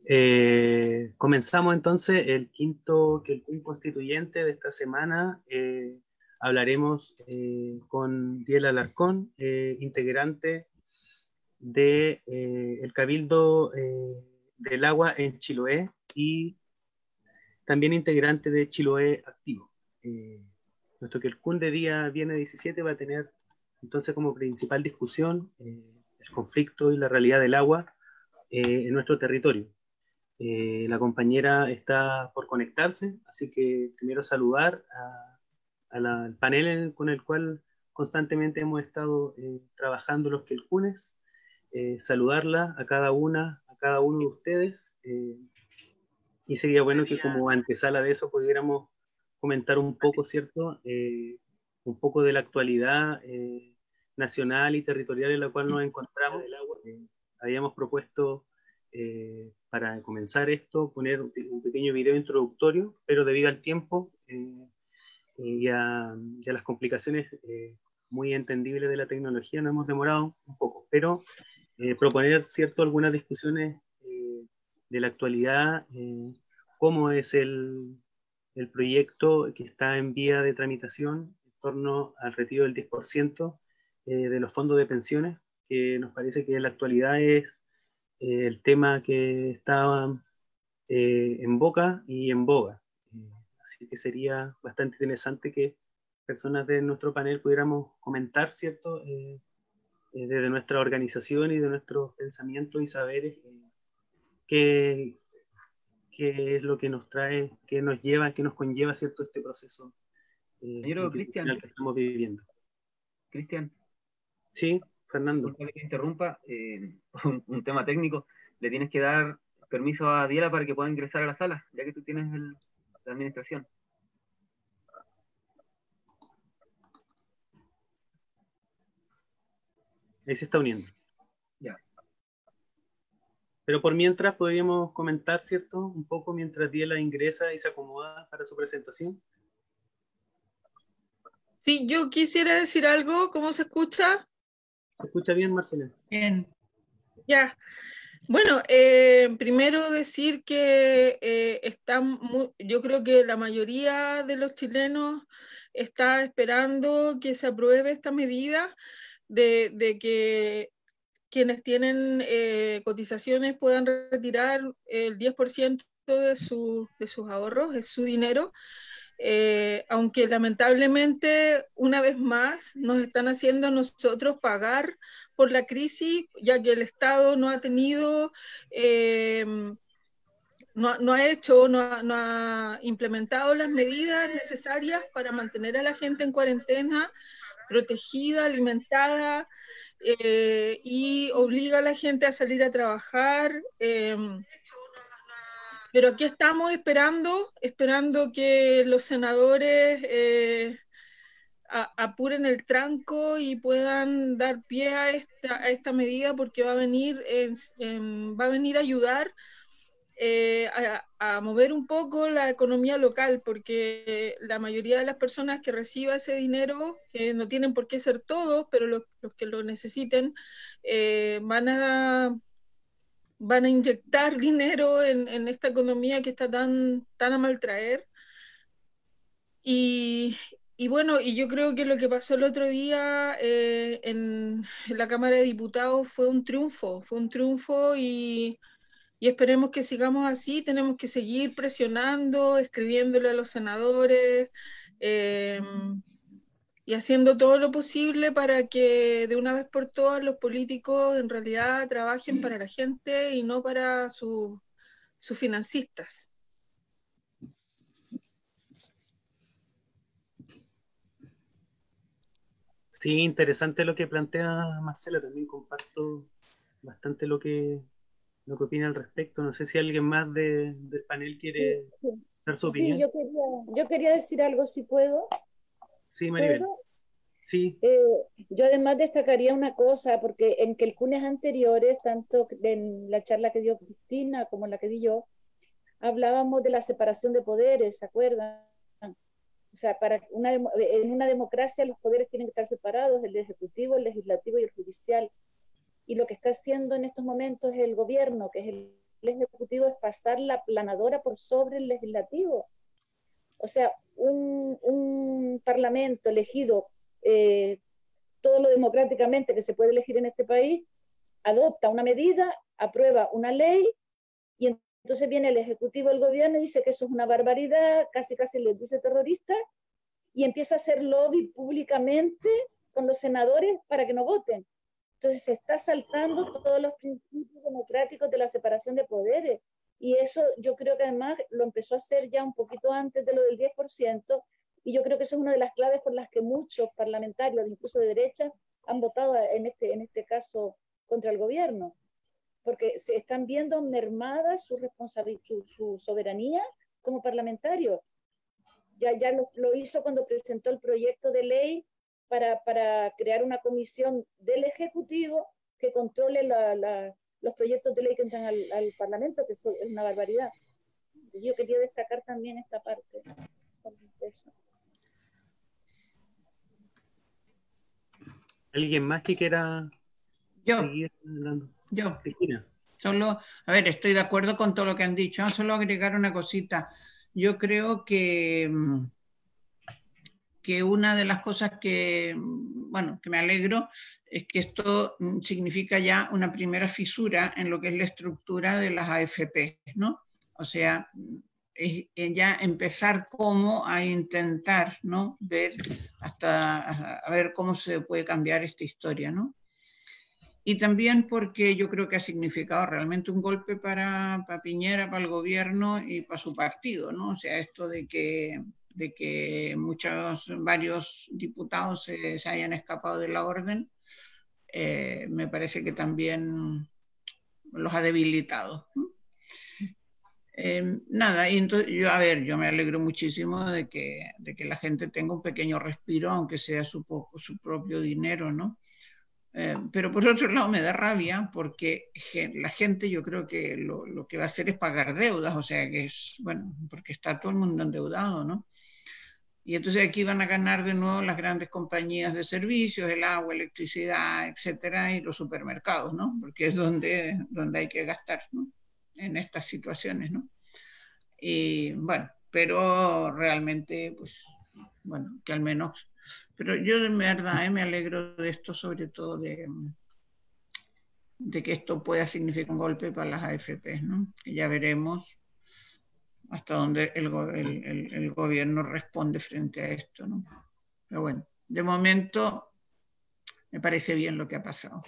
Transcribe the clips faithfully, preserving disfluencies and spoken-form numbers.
Eh, comenzamos entonces el quinto Quelcún constituyente de esta semana. Eh, hablaremos eh, con Diel Alarcón, eh, integrante de, eh, el Cabildo eh, del Agua en Chiloé y también integrante de Chiloé Activo. Eh, nuestro Quelcún de día viernes diecisiete va a tener entonces como principal discusión eh, el conflicto y la realidad del agua eh, en nuestro territorio. Eh, la compañera está por conectarse, así que primero saludar a, a la- al panel en- con el cual constantemente hemos estado eh, trabajando los Quelcunes, eh, saludarla a cada una, a cada uno de ustedes, eh, y sería bueno que como antesala de eso pudiéramos comentar un poco, ¿cierto? Eh, un poco de la actualidad eh, nacional y territorial en la cual nos encontramos. Eh, habíamos propuesto eh, para comenzar esto poner un, un pequeño video introductorio, pero debido al tiempo eh, y, a, y a las complicaciones eh, muy entendibles de la tecnología nos hemos demorado un poco, pero eh, proponer, ¿cierto?, algunas discusiones eh, de la actualidad, eh, cómo es el, el proyecto que está en vía de tramitación en torno al retiro del diez por ciento eh, de los fondos de pensiones, que nos parece que en la actualidad es eh, el tema que está eh, en boca y en boga. Eh, así que sería bastante interesante que personas de nuestro panel pudiéramos comentar, ¿cierto?, Eh, eh, desde nuestra organización y de nuestros pensamientos y saberes, eh, qué, qué es lo que nos trae, qué nos lleva, qué nos conlleva, ¿cierto?, este proceso eh, Señor Cristian, institucional que estamos viviendo. Cristian, Sí, Fernando. disculpa que te interrumpa, eh, un, un tema técnico. Le tienes que dar permiso a Diela para que pueda ingresar a la sala, ya que tú tienes el, la administración. Ahí se está uniendo. Ya. Pero por mientras podríamos comentar, ¿cierto?, un poco mientras Diela ingresa y se acomoda para su presentación. Sí, yo quisiera decir algo. ¿Cómo se escucha? ¿Se escucha bien, Marcela? Bien. Ya. Bueno, eh, primero decir que eh, está muy, yo creo que la mayoría de los chilenos está esperando que se apruebe esta medida de, de que quienes tienen eh, cotizaciones puedan retirar el diez por ciento de, su, de sus ahorros, es su dinero. Eh, aunque lamentablemente una vez más nos están haciendo a nosotros pagar por la crisis, ya que el Estado no ha tenido, eh, no, no, ha hecho, no ha, no ha implementado las medidas necesarias para mantener a la gente en cuarentena, protegida, alimentada, eh, y obliga a la gente a salir a trabajar. Eh, pero aquí estamos esperando, esperando que los senadores eh, a, apuren el tranco y puedan dar pie a esta, a esta medida, porque va a venir, en, en, va a, venir a ayudar eh, a, a mover un poco la economía local, porque la mayoría de las personas que reciban ese dinero, que no tienen por qué ser todos, pero los, los que lo necesiten, eh, van a van a inyectar dinero en, en esta economía que está tan, tan a maltraer. Y, y bueno, y yo creo que lo que pasó el otro día eh, en, en la Cámara de Diputados fue un triunfo, fue un triunfo y, y esperemos que sigamos así. Tenemos que seguir presionando, escribiéndole a los senadores, eh, y haciendo todo lo posible para que de una vez por todas los políticos en realidad trabajen para la gente y no para su, sus financistas. Sí, interesante lo que plantea Marcela, también comparto bastante lo que, lo que opina al respecto. No sé si alguien más de, del panel Sí, quiere sí. dar su Sí, opinión. yo quería, yo quería decir algo, si puedo. Sí, Maribel. ¿Puedo? Sí, Eh, yo además destacaría una cosa, porque en Quelcunes anteriores, tanto en la charla que dio Cristina como en la que di yo, hablábamos de la separación de poderes, ¿se acuerdan? O sea, para una, en una democracia los poderes tienen que estar separados, el ejecutivo, el legislativo y el judicial. Y lo que está haciendo en estos momentos es el gobierno, que es el Ejecutivo es pasar la planadora por sobre el Legislativo. O sea, un, un Parlamento elegido eh, todo lo democráticamente que se puede elegir en este país, adopta una medida, aprueba una ley, y entonces viene el Ejecutivo, el gobierno, y dice que eso es una barbaridad, casi casi les dice terrorista, y empieza a hacer lobby públicamente con los senadores para que no voten. Entonces se está saltando todos los principios democráticos de la separación de poderes, y eso yo creo que además lo empezó a hacer ya un poquito antes de lo del diez por ciento, y yo creo que eso es una de las claves por las que muchos parlamentarios, incluso de derecha, han votado en este, en este caso contra el gobierno, porque se están viendo mermada su responsabilidad, su, su soberanía como parlamentarios. Ya, ya lo, lo hizo cuando presentó el proyecto de ley para, para crear una comisión del Ejecutivo que controle la, la, los proyectos de ley que entran al, al Parlamento, que eso es una barbaridad. Yo quería destacar también esta parte. Eso. ¿Alguien más que quiera yo, seguir hablando? Yo. Cristina. Solo, a ver, estoy de acuerdo con todo lo que han dicho. Solo agregar una cosita. Yo creo que, que una de las cosas que, bueno, que me alegro es que esto significa ya una primera fisura en lo que es la estructura de las A F P, ¿no? O sea, es ya empezar como a intentar, ¿no? Ver hasta a ver cómo se puede cambiar esta historia, ¿no? Y también porque yo creo que ha significado realmente un golpe para, para Piñera, para el gobierno y para su partido, ¿no? O sea, esto de que, de que muchos, varios diputados se, se hayan escapado de la orden, eh, me parece que también los ha debilitado, ¿no? Eh, nada, y entonces, yo, a ver, yo me alegro muchísimo de que, de que la gente tenga un pequeño respiro, aunque sea su, su propio dinero, ¿no? Eh, pero por otro lado me da rabia porque la gente yo creo que lo, lo que va a hacer es pagar deudas, o sea que es, bueno, porque está todo el mundo endeudado, ¿no? Y entonces aquí van a ganar de nuevo las grandes compañías de servicios, el agua, electricidad, etcétera, y los supermercados, ¿no? Porque es donde, donde hay que gastar, ¿no? En estas situaciones, ¿no? Y bueno, pero realmente, pues, bueno, que al menos, pero yo de verdad eh, me alegro de esto, sobre todo de, de que esto pueda significar un golpe para las A F P, ¿no? Que ya veremos hasta dónde el, el, el, el gobierno responde frente a esto, ¿no? Pero bueno, de momento me parece bien lo que ha pasado.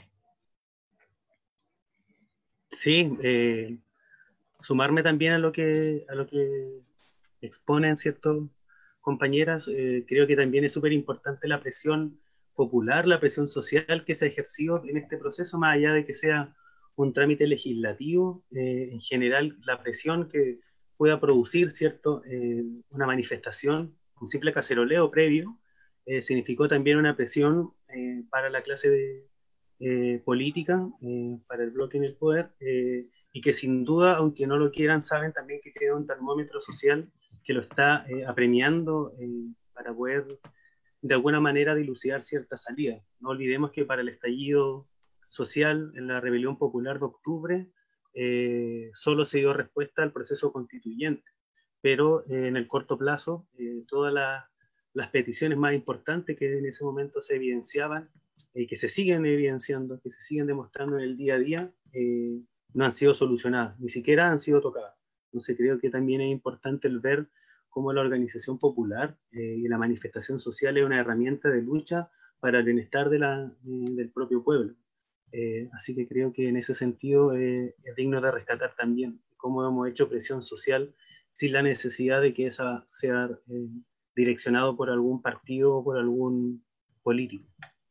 Sí, eh, sumarme también a lo que, a lo que exponen ciertos compañeras, eh, creo que también es súper importante la presión popular, la presión social que se ha ejercido en este proceso, más allá de que sea un trámite legislativo, eh, en general la presión que pueda producir, ¿cierto? Eh, una manifestación, un simple caceroleo previo, eh, significó también una presión eh, para la clase de, eh, política, eh, para el bloque en el poder, eh, y que sin duda, aunque no lo quieran, saben también que tiene un termómetro social que lo está eh, apremiando eh, para poder de alguna manera dilucidar ciertas salidas. No olvidemos que para el estallido social en la rebelión popular de octubre eh, solo se dio respuesta al proceso constituyente, pero eh, en el corto plazo eh, todas la, las peticiones más importantes que en ese momento se evidenciaban y eh, que se siguen evidenciando, que se siguen demostrando en el día a día, eh, no han sido solucionadas, ni siquiera han sido tocadas. Entonces creo que también es importante el ver cómo la organización popular eh, y la manifestación social es una herramienta de lucha para el bienestar de la, de, del propio pueblo. Eh, así que creo que en ese sentido eh, es digno de rescatar también cómo hemos hecho presión social sin la necesidad de que esa sea eh, direccionado por algún partido o por algún político.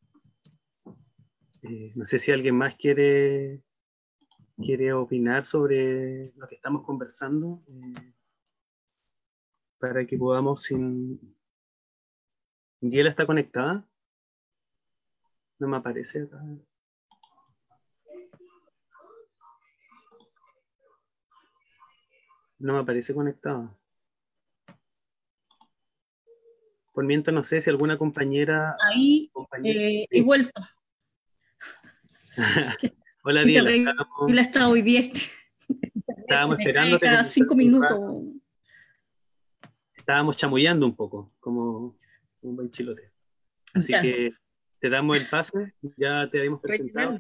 Eh, no sé si alguien más quiere, quiere opinar sobre lo que estamos conversando. Eh, para que podamos sin... ¿Diela está conectada? No me aparece acá. No me aparece conectada. Por mientras no sé si alguna compañera... Ahí compañera, eh, ¿sí? He vuelto. Hola Diela. Estamos... está hoy día. estábamos me esperando. cae cada cinco minutos. Estábamos chamullando un poco, como un buen chilote. Así Ya. que te damos el pase, ya te habíamos presentado.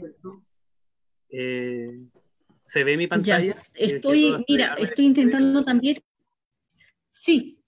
Eh, ¿Se ve mi pantalla? Ya. Estoy, mira, estoy intentando también. Sí.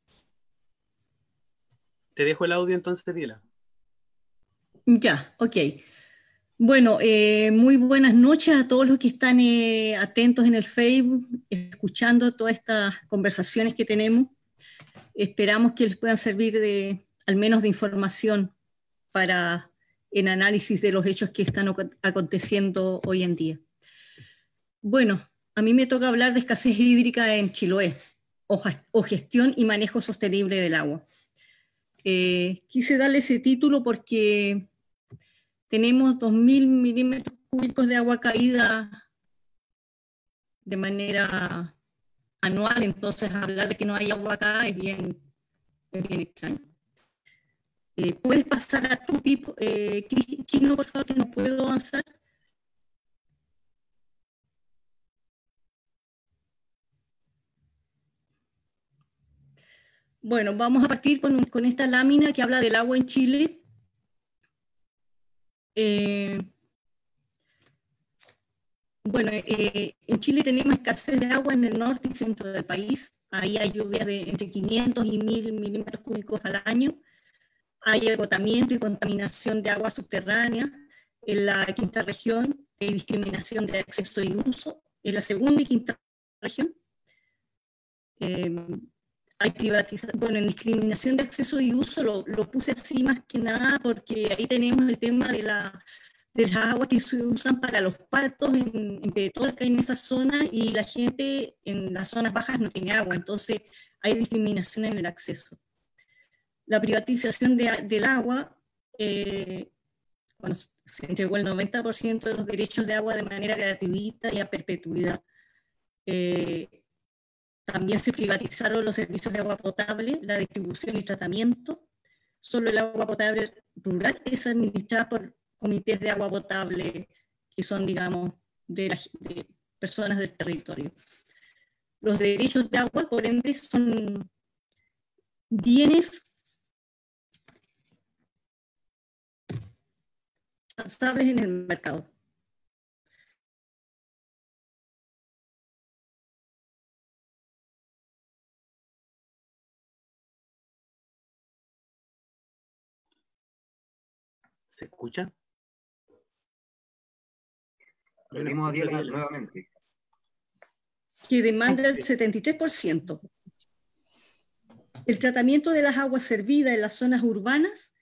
Te dejo el audio entonces, Diela. Ya, ok. Bueno, eh, muy buenas noches a todos los que están eh, atentos en el Facebook, escuchando todas estas conversaciones que tenemos. Esperamos que les puedan servir de, al menos de información para en análisis de los hechos que están aconteciendo hoy en día. Bueno, a mí me toca hablar de escasez hídrica en Chiloé, o, o gestión y manejo sostenible del agua. Eh, quise darle ese título porque tenemos dos mil milímetros cúbicos de agua caída de manera anual, entonces hablar de que no hay agua acá es bien, es bien extraño. Eh, ¿Puedes pasar a tu pipo, eh, Kino, por favor, que no puedo avanzar? Bueno, vamos a partir con, con esta lámina que habla del agua en Chile. Eh, bueno, eh, en Chile tenemos escasez de agua en el norte y centro del país. Ahí hay lluvias de entre quinientos y mil milímetros cúbicos al año. Hay agotamiento y contaminación de agua subterránea. En la quinta región hay discriminación de acceso y uso. En la segunda y quinta región eh, hay privatización. Bueno, en discriminación de acceso y uso lo, lo puse así más que nada porque ahí tenemos el tema de, la, de las aguas que se usan para los partos en, en Petorca, en esa zona, y la gente en las zonas bajas no tiene agua, entonces hay discriminación en el acceso. La privatización de, del agua, eh, cuando se entregó el noventa por ciento de los derechos de agua de manera gratuita y a perpetuidad. Eh, también se privatizaron los servicios de agua potable, la distribución y tratamiento. Solo el agua potable rural es administrada por comités de agua potable que son, digamos, de, la, de personas del territorio. Los derechos de agua, por ende, son bienes transables en el mercado. ¿Se escucha? Perdimos a Diela nuevamente. Que demanda el setenta y tres por ciento. El tratamiento de las aguas servidas en las zonas urbanas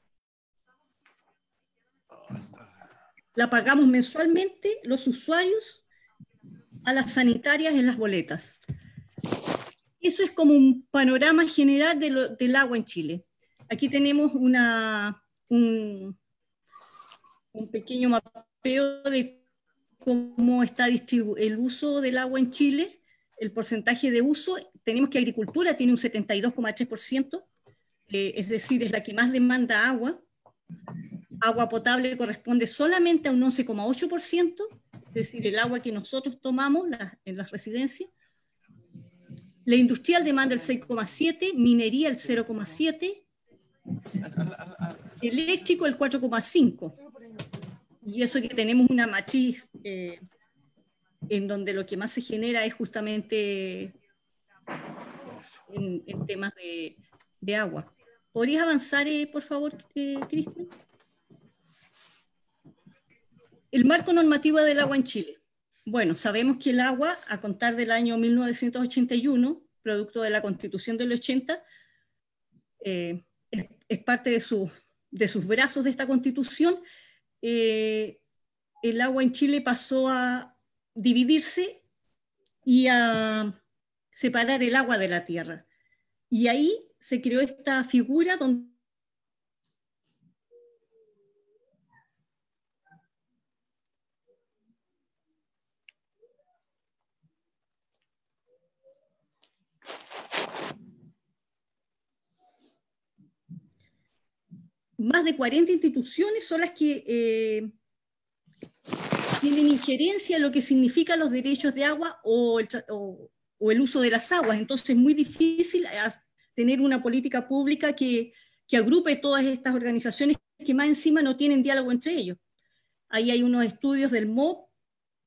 la pagamos mensualmente los usuarios a las sanitarias en las boletas. Eso es como un panorama general de lo, del agua en Chile. Aquí tenemos una, un, un pequeño mapeo de cómo está distribuido el uso del agua en Chile, el porcentaje de uso. Tenemos que agricultura tiene un setenta y dos coma tres por ciento, eh, es decir, es la que más demanda agua. Agua potable corresponde solamente a un once coma ocho por ciento, es decir, el agua que nosotros tomamos la, en las residencias. La industrial demanda el seis coma siete por ciento, minería el cero coma siete por ciento, eléctrico el cuatro coma cinco por ciento. Y eso que tenemos una matriz eh, en donde lo que más se genera es justamente en, en temas de, de agua. ¿Podrías avanzar, eh, por favor, eh, Cristian? El marco normativo del agua en Chile. Bueno, sabemos que el agua, a contar del año mil novecientos ochenta y uno, producto de la Constitución del ochenta, eh, es, es parte de, su, de sus brazos de esta Constitución. Eh, el agua en Chile pasó a dividirse y a separar el agua de la tierra. Y ahí se creó esta figura donde más de cuarenta instituciones son las que eh, tienen injerencia en lo que significan los derechos de agua o el, o, o el uso de las aguas. Entonces es muy difícil tener una política pública que, que agrupe todas estas organizaciones que más encima no tienen diálogo entre ellos. Ahí hay unos estudios del M O P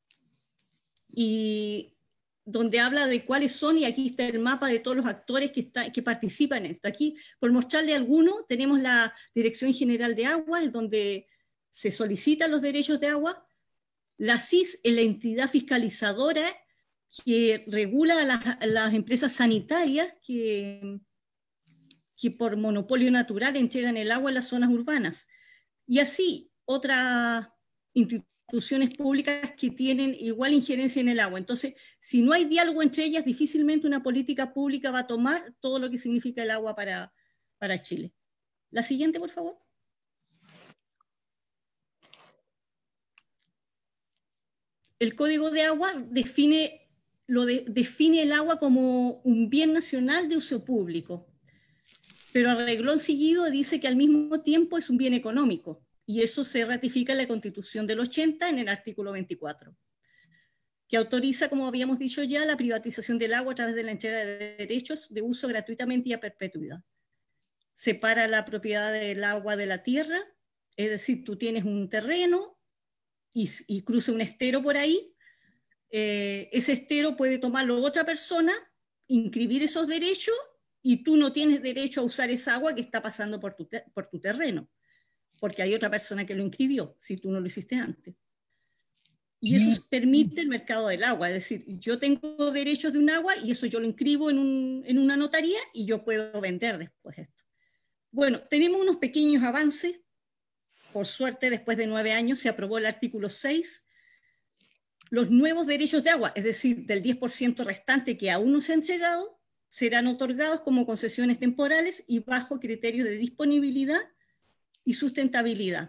y donde habla de cuáles son, y aquí está el mapa de todos los actores que, está, que participan en esto. Aquí, por mostrarle algunos, tenemos la Dirección General de Aguas, donde se solicitan los derechos de agua. La C I S es la entidad fiscalizadora que regula a las, a las empresas sanitarias que, que por monopolio natural entregan el agua en las zonas urbanas. Y así, otras instituciones públicas que tienen igual injerencia en el agua. Entonces, si no hay diálogo entre ellas, difícilmente una política pública va a tomar todo lo que significa el agua para, para Chile. La siguiente, por favor. El Código de Agua define, lo de, define el agua como un bien nacional de uso público, pero a renglón seguido dice que al mismo tiempo es un bien económico, y eso se ratifica en la Constitución del ochenta en el artículo veinticuatro, que autoriza, como habíamos dicho ya, la privatización del agua a través de la entrega de derechos de uso gratuitamente y a perpetuidad. Separa la propiedad del agua de la tierra, es decir, tú tienes un terreno y, y cruza un estero por ahí, eh, ese estero puede tomarlo otra persona, inscribir esos derechos, y tú no tienes derecho a usar esa agua que está pasando por tu, por tu terreno, porque hay otra persona que lo inscribió, si tú no lo hiciste antes. Y eso permite el mercado del agua, es decir, yo tengo derechos de un agua y eso yo lo inscribo en, un, en una notaría y yo puedo vender después esto. Bueno, tenemos unos pequeños avances. Por suerte, después de nueve años se aprobó el artículo seis. Los nuevos derechos de agua, es decir, del diez por ciento restante que aún no se han entregado, serán otorgados como concesiones temporales y bajo criterios de disponibilidad y sustentabilidad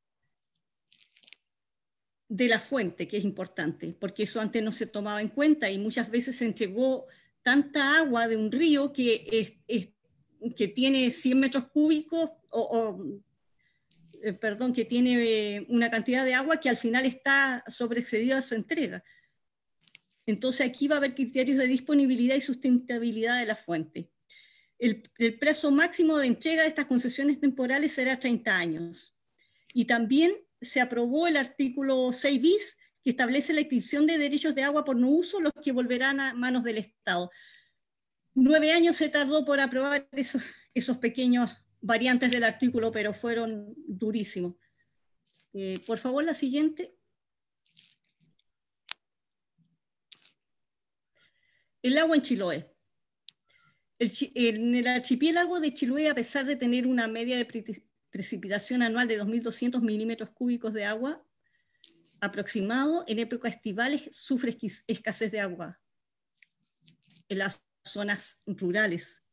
de la fuente, que es importante, porque eso antes no se tomaba en cuenta y muchas veces se entregó tanta agua de un río que, es, es, que tiene cien metros cúbicos o, o eh, perdón, que tiene eh, una cantidad de agua que al final está sobreexcedida a su entrega. Entonces aquí va a haber criterios de disponibilidad y sustentabilidad de la fuente. El, el plazo máximo de entrega de estas concesiones temporales será treinta años. Y también se aprobó el artículo seis bis, que establece la extinción de derechos de agua por no uso, los que volverán a manos del Estado. Nueve años se tardó por aprobar esos, esos pequeños variantes del artículo, pero fueron durísimos. Eh, por favor, la siguiente. El agua en Chiloé. El, en el archipiélago de Chiloé, a pesar de tener una media de pre precipitación anual de dos mil doscientos milímetros cúbicos de agua aproximado, en épocas estivales sufre escasez de agua en las zonas rurales.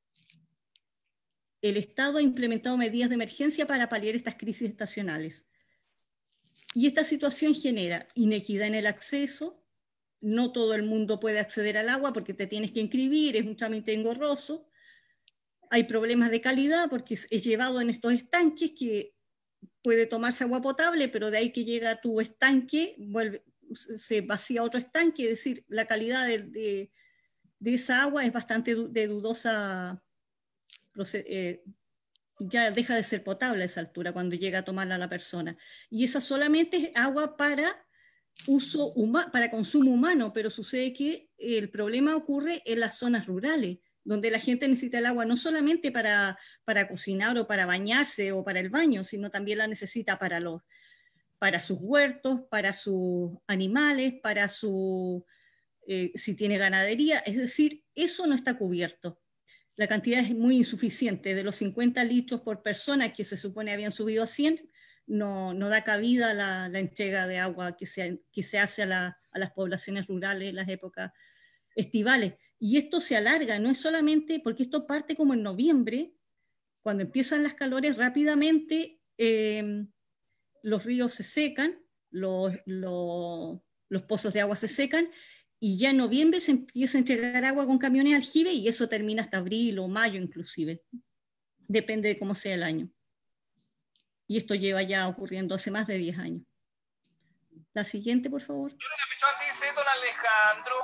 El Estado ha implementado medidas de emergencia para paliar estas crisis estacionales. Y esta situación genera inequidad en el acceso. No todo el mundo puede acceder al agua porque te tienes que inscribir, es un trámite engorroso. Hay problemas de calidad porque es llevado en estos estanques que puede tomarse agua potable, pero de ahí que llega a tu estanque, vuelve, se vacía otro estanque, es decir, la calidad de, de, de esa agua es bastante de dudosa, eh, ya deja de ser potable a esa altura cuando llega a tomarla la persona. Y esa solamente es agua para uso humano, para consumo humano, pero sucede que el problema ocurre en las zonas rurales, donde la gente necesita el agua no solamente para, para cocinar o para bañarse o para el baño, sino también la necesita para, los, para sus huertos, para sus animales, para su, eh, si tiene ganadería, es decir, eso no está cubierto. La cantidad es muy insuficiente, de los cincuenta litros por persona que se supone habían subido a cien, no, no da cabida a la, la entrega de agua que se, que se hace a, la, a las poblaciones rurales en las épocas estivales. Y esto se alarga, no es solamente porque esto parte como en noviembre, cuando empiezan las calores rápidamente, eh, los ríos se secan, los, los, los pozos de agua se secan, y ya en noviembre se empieza a entregar agua con camiones aljibe, y eso termina hasta abril o mayo inclusive, depende de cómo sea el año. Y esto lleva ya ocurriendo hace más de diez años. La siguiente, por favor. Don Alejandro.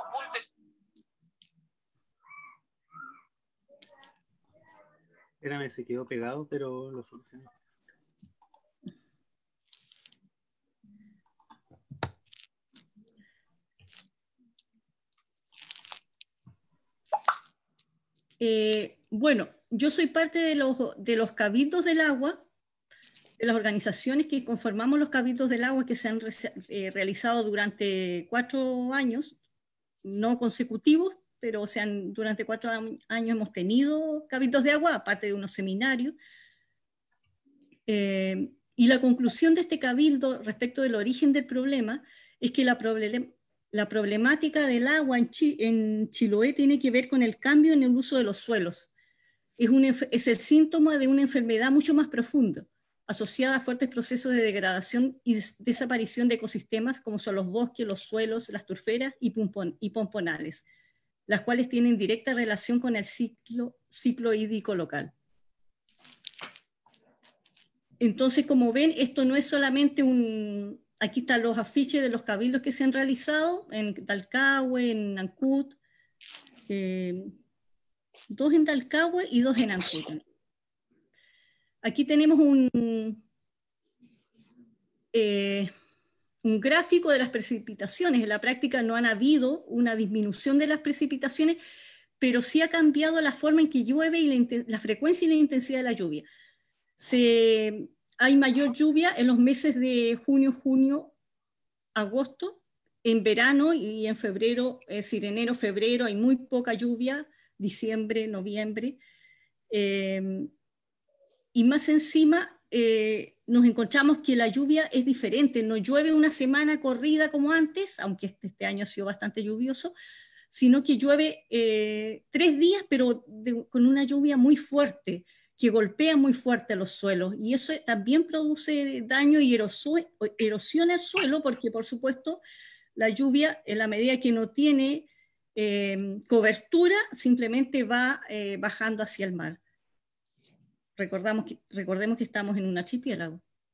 Espérame, se quedó pegado, pero lo solucioné. Eh, bueno, yo soy parte de los, de los cabildos del agua, de las organizaciones que conformamos los cabildos del agua que se han re, eh, realizado durante cuatro años, no consecutivos, pero o sea, durante cuatro años hemos tenido cabildos de agua, aparte de unos seminarios. Eh, y la conclusión de este cabildo respecto del origen del problema es que la, problem la problemática del agua en, Chi en Chiloé tiene que ver con el cambio en el uso de los suelos. Es, un, es el síntoma de una enfermedad mucho más profunda, asociada a fuertes procesos de degradación y des desaparición de ecosistemas como son los bosques, los suelos, las turferas y, y pomponales, las cuales tienen directa relación con el ciclo, ciclo hídrico local. Entonces, como ven, esto no es solamente un... Aquí están los afiches de los cabildos que se han realizado en Talcahué, en Nancut, eh, dos en Talcahué y dos en Nancut. Aquí tenemos un, eh, un gráfico de las precipitaciones. En la práctica no han habido una disminución de las precipitaciones, pero sí ha cambiado la forma en que llueve y la, la frecuencia y la intensidad de la lluvia. Se, hay mayor lluvia en los meses de junio, junio, agosto. En verano y en febrero, es decir, enero, febrero, hay muy poca lluvia, diciembre, noviembre. Eh, y más encima, eh, nos encontramos que la lluvia es diferente. No llueve una semana corrida como antes, aunque este, este año ha sido bastante lluvioso, sino que llueve eh, tres días, pero de, con una lluvia muy fuerte, que golpea muy fuerte a los suelos, y eso también produce daño y erosiona el suelo, porque por supuesto la lluvia, en la medida que no tiene eh, cobertura, simplemente va eh, bajando hacia el mar. Recordamos que, recordemos que estamos en un archipiélago.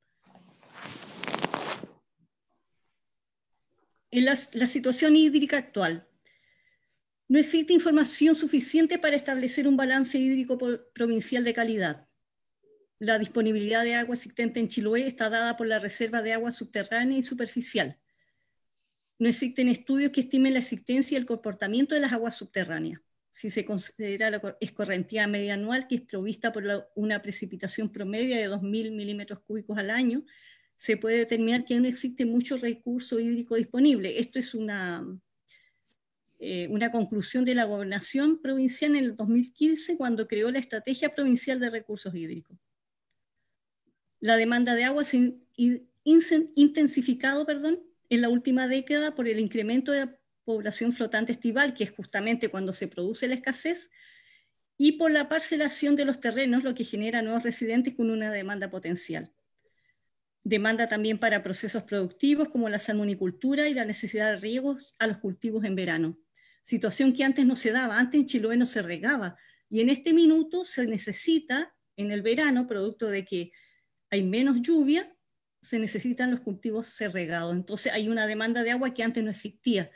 En la, la situación hídrica actual. No existe información suficiente para establecer un balance hídrico provincial de calidad. La disponibilidad de agua existente en Chiloé está dada por la reserva de agua subterránea y superficial. No existen estudios que estimen la existencia y el comportamiento de las aguas subterráneas. Si se considera la escorrentía media anual, que es provista por la, una precipitación promedio de dos mil milímetros cúbicos al año, se puede determinar que no existe mucho recurso hídrico disponible. Esto es una... Eh, una conclusión de la Gobernación Provincial en el dos mil quince, cuando creó la Estrategia Provincial de Recursos Hídricos. La demanda de agua se ha intensificado perdón, en la última década por el incremento de la población flotante estival, que es justamente cuando se produce la escasez, y por la parcelación de los terrenos, lo que genera nuevos residentes con una demanda potencial. Demanda también para procesos productivos como la salmonicultura y la necesidad de riegos a los cultivos en verano. Situación que antes no se daba, antes en Chiloé no se regaba, y en este minuto se necesita, en el verano, producto de que hay menos lluvia, se necesitan los cultivos ser regados. Entonces hay una demanda de agua que antes no existía.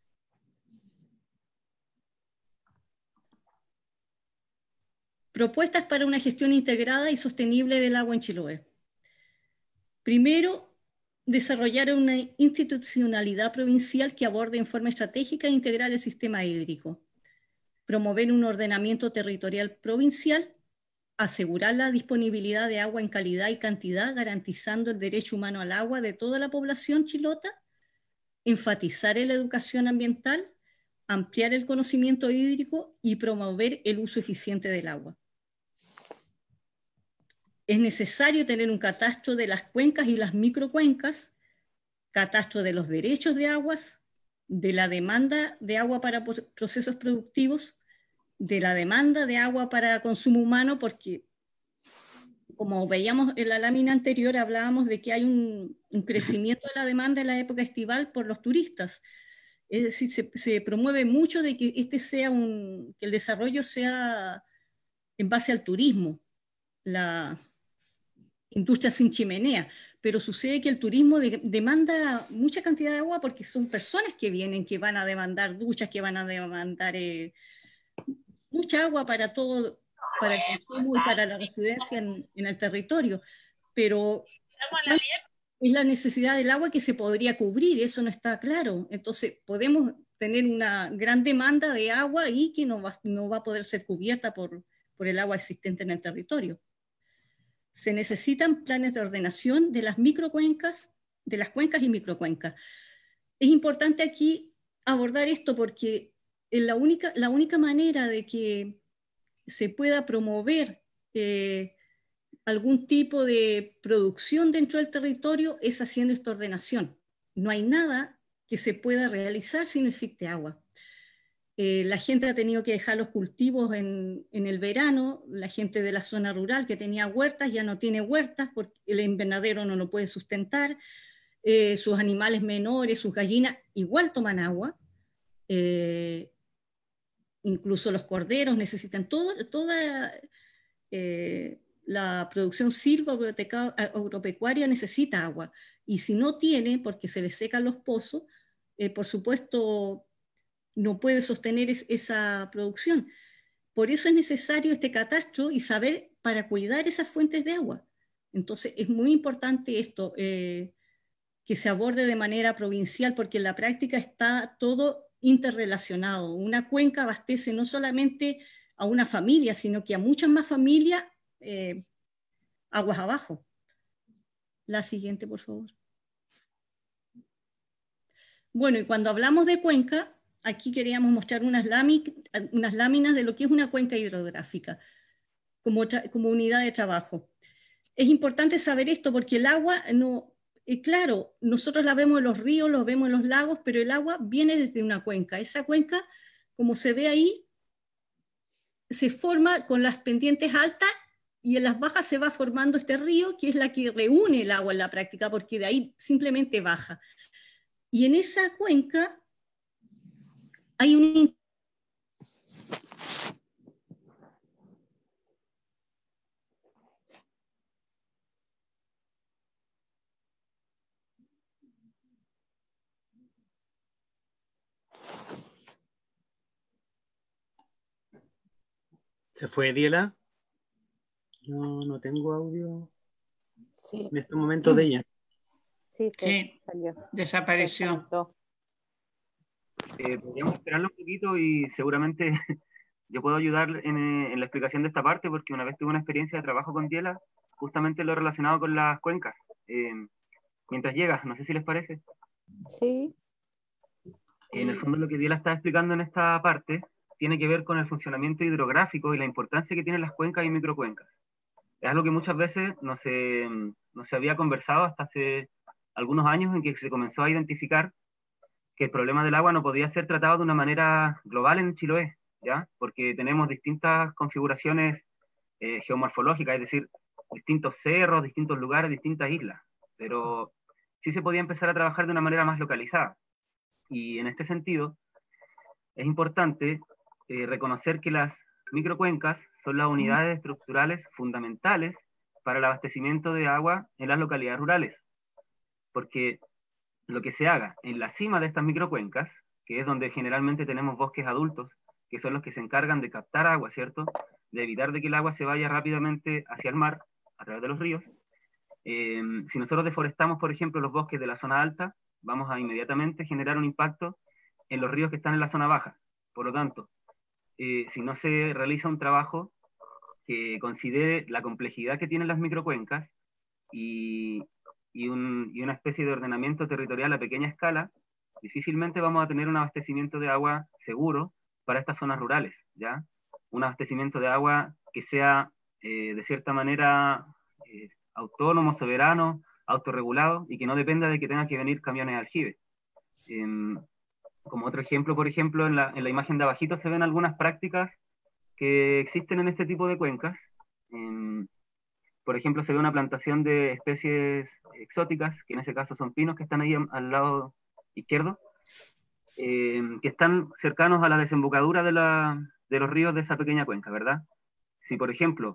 Propuestas para una gestión integrada y sostenible del agua en Chiloé. Primero, desarrollar una institucionalidad provincial que aborde en forma estratégica e integral el sistema hídrico. Promover un ordenamiento territorial provincial, asegurar la disponibilidad de agua en calidad y cantidad, garantizando el derecho humano al agua de toda la población chilota, enfatizar en la educación ambiental, ampliar el conocimiento hídrico y promover el uso eficiente del agua. Es necesario tener un catastro de las cuencas y las microcuencas, catastro de los derechos de aguas, de la demanda de agua para procesos productivos, de la demanda de agua para consumo humano, porque como veíamos en la lámina anterior, hablábamos de que hay un, un crecimiento de la demanda en la época estival por los turistas. Es decir, se, se promueve mucho de que, este sea un, que el desarrollo sea en base al turismo. La, industrias sin chimenea, pero sucede que el turismo de, demanda mucha cantidad de agua porque son personas que vienen, que van a demandar duchas, que van a demandar eh, mucha agua para todo, para el consumo y para la residencia en, en el territorio, pero es la necesidad del agua que se podría cubrir, eso no está claro. Entonces podemos tener una gran demanda de agua y que no va, no va a poder ser cubierta por, por el agua existente en el territorio. Se necesitan planes de ordenación de las microcuencas, de las cuencas y microcuencas. Es importante aquí abordar esto porque la única, la única manera de que se pueda promover eh, algún tipo de producción dentro del territorio es haciendo esta ordenación. No hay nada que se pueda realizar si no existe agua. Eh, la gente ha tenido que dejar los cultivos en, en el verano, la gente de la zona rural que tenía huertas ya no tiene huertas porque el invernadero no lo puede sustentar, eh, sus animales menores, sus gallinas igual toman agua, eh, incluso los corderos necesitan todo, toda eh, la producción silvo-agropecuaria necesita agua, y si no tiene, porque se le secan los pozos, eh, por supuesto no puede sostener es, esa producción. Por eso es necesario este catastro y saber para cuidar esas fuentes de agua. Entonces es muy importante esto, eh, que se aborde de manera provincial, porque en la práctica está todo interrelacionado. Una cuenca abastece no solamente a una familia, sino que a muchas más familias eh, aguas abajo. La siguiente, por favor. Bueno, y cuando hablamos de cuenca, aquí queríamos mostrar unas, unas láminas de lo que es una cuenca hidrográfica como, como unidad de trabajo. Es importante saber esto porque el agua, no, eh, claro, nosotros la vemos en los ríos, lo vemos en los lagos, pero el agua viene desde una cuenca. Esa cuenca, como se ve ahí, se forma con las pendientes altas y en las bajas se va formando este río, que es la que reúne el agua en la práctica, porque de ahí simplemente baja. Y en esa cuenca hay un... ¿Se fue Diela? No, no tengo audio sí. en este momento de ella. Sí, se Sí, salió. desapareció. Eh, podríamos esperarlo un poquito y seguramente yo puedo ayudar en, en la explicación de esta parte, porque una vez tuve una experiencia de trabajo con Diela, justamente lo relacionado con las cuencas. Eh, mientras llega, no sé si les parece. Sí. En el fondo lo que Diela está explicando en esta parte tiene que ver con el funcionamiento hidrográfico y la importancia que tienen las cuencas y microcuencas. Es algo que muchas veces no se, no se había conversado hasta hace algunos años, en que se comenzó a identificar que el problema del agua no podía ser tratado de una manera global en Chiloé, ¿ya? Porque tenemos distintas configuraciones eh, geomorfológicas, es decir, distintos cerros, distintos lugares, distintas islas, pero sí se podía empezar a trabajar de una manera más localizada. Y en este sentido, es importante eh, reconocer que las microcuencas son las unidades estructurales fundamentales para el abastecimiento de agua en las localidades rurales, porque lo que se haga en la cima de estas microcuencas, que es donde generalmente tenemos bosques adultos, que son los que se encargan de captar agua, ¿cierto? De evitar de que el agua se vaya rápidamente hacia el mar, a través de los ríos. Eh, si nosotros deforestamos, por ejemplo, los bosques de la zona alta, vamos a inmediatamente generar un impacto en los ríos que están en la zona baja. Por lo tanto, eh, si no se realiza un trabajo que considere la complejidad que tienen las microcuencas y, y, un, y una especie de ordenamiento territorial a pequeña escala, difícilmente vamos a tener un abastecimiento de agua seguro para estas zonas rurales, ¿ya? Un abastecimiento de agua que sea, eh, de cierta manera, eh, autónomo, soberano, autorregulado, y que no dependa de que tengan que venir camiones de aljibe. Eh, como otro ejemplo, por ejemplo, en la, en la imagen de abajito se ven algunas prácticas que existen en este tipo de cuencas. Eh, por ejemplo, se ve una plantación de especies exóticas, que en ese caso son pinos, que están ahí al lado izquierdo, eh, que están cercanos a la desembocadura de, la, de los ríos de esa pequeña cuenca, ¿verdad? Si, por ejemplo,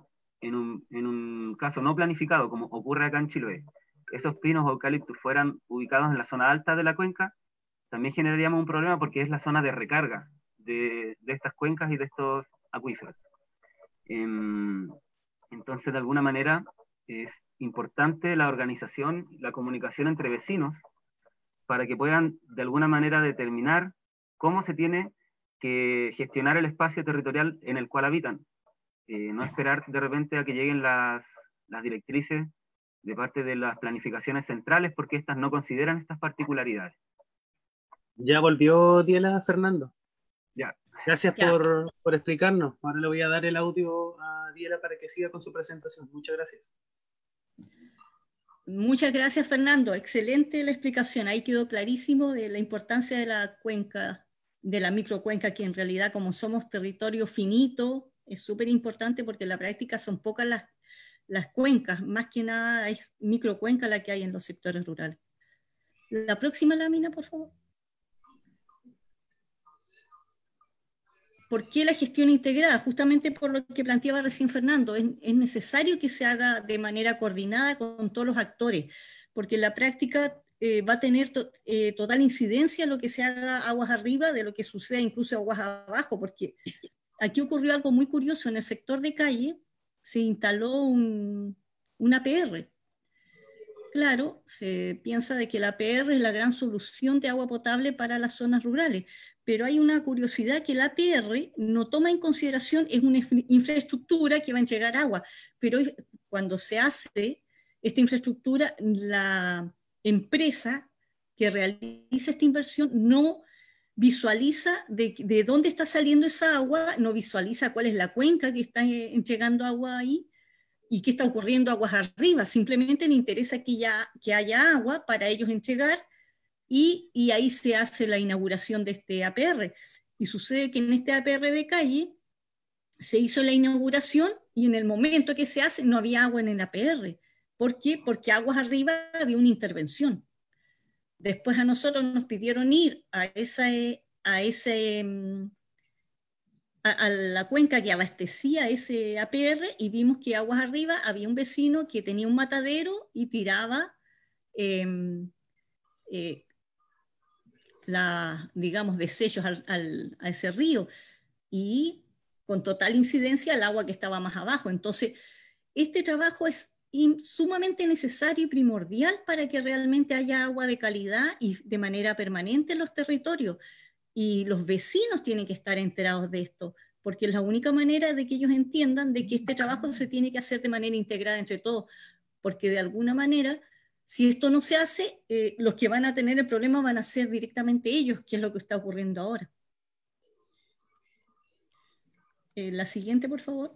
en un, en un caso no planificado, como ocurre acá en Chiloé, esos pinos o eucaliptus fueran ubicados en la zona alta de la cuenca, también generaríamos un problema porque es la zona de recarga de, de estas cuencas y de estos acuíferos. Entonces, de alguna manera, es importante la organización, la comunicación entre vecinos, para que puedan, de alguna manera, determinar cómo se tiene que gestionar el espacio territorial en el cual habitan. Eh, no esperar de repente a que lleguen las, las directrices de parte de las planificaciones centrales, porque estas no consideran estas particularidades. Ya volvió Diela, Fernando. Ya. Gracias Ya. Por, por explicarnos. Ahora le voy a dar el audio a Diela para que siga con su presentación. Muchas gracias. Muchas gracias, Fernando. Excelente la explicación. Ahí quedó clarísimo de la importancia de la cuenca, de la microcuenca, que en realidad, como somos territorio finito, es súper importante porque en la práctica son pocas las, las cuencas. Más que nada es microcuenca la que hay en los sectores rurales. La próxima lámina, por favor. ¿Por qué la gestión integrada? Justamente por lo que planteaba recién Fernando, es, es necesario que se haga de manera coordinada con todos los actores, porque en la práctica eh, va a tener to, eh, total incidencia lo que se haga aguas arriba de lo que suceda incluso aguas abajo, porque aquí ocurrió algo muy curioso. En el sector de calle se instaló un, un A P R. Claro, se piensa de que el A P R es la gran solución de agua potable para las zonas rurales, pero hay una curiosidad que el A P R no toma en consideración, es una infraestructura que va a entregar agua, pero cuando se hace esta infraestructura, la empresa que realiza esta inversión no visualiza de, de dónde está saliendo esa agua, no visualiza cuál es la cuenca que está entregando agua ahí, y qué está ocurriendo aguas arriba. Simplemente le interesa que, ya, que haya agua para ellos entregar, y, y ahí se hace la inauguración de este A P R. Y sucede que en este A P R de calle se hizo la inauguración y en el momento que se hace no había agua en el A P R. ¿Por qué? Porque aguas arriba había una intervención. Después a nosotros nos pidieron ir a esa, a ese... A, a la cuenca que abastecía ese A P R y vimos que aguas arriba había un vecino que tenía un matadero y tiraba eh, eh, la, digamos, desechos al, al, a ese río y con total incidencia al agua que estaba más abajo. Entonces, este trabajo es sumamente necesario y primordial para que realmente haya agua de calidad y de manera permanente en los territorios. Y los vecinos tienen que estar enterados de esto, porque es la única manera de que ellos entiendan de que este trabajo se tiene que hacer de manera integrada entre todos, porque de alguna manera, si esto no se hace, eh, los que van a tener el problema van a ser directamente ellos, que es lo que está ocurriendo ahora. Eh, la siguiente, por favor.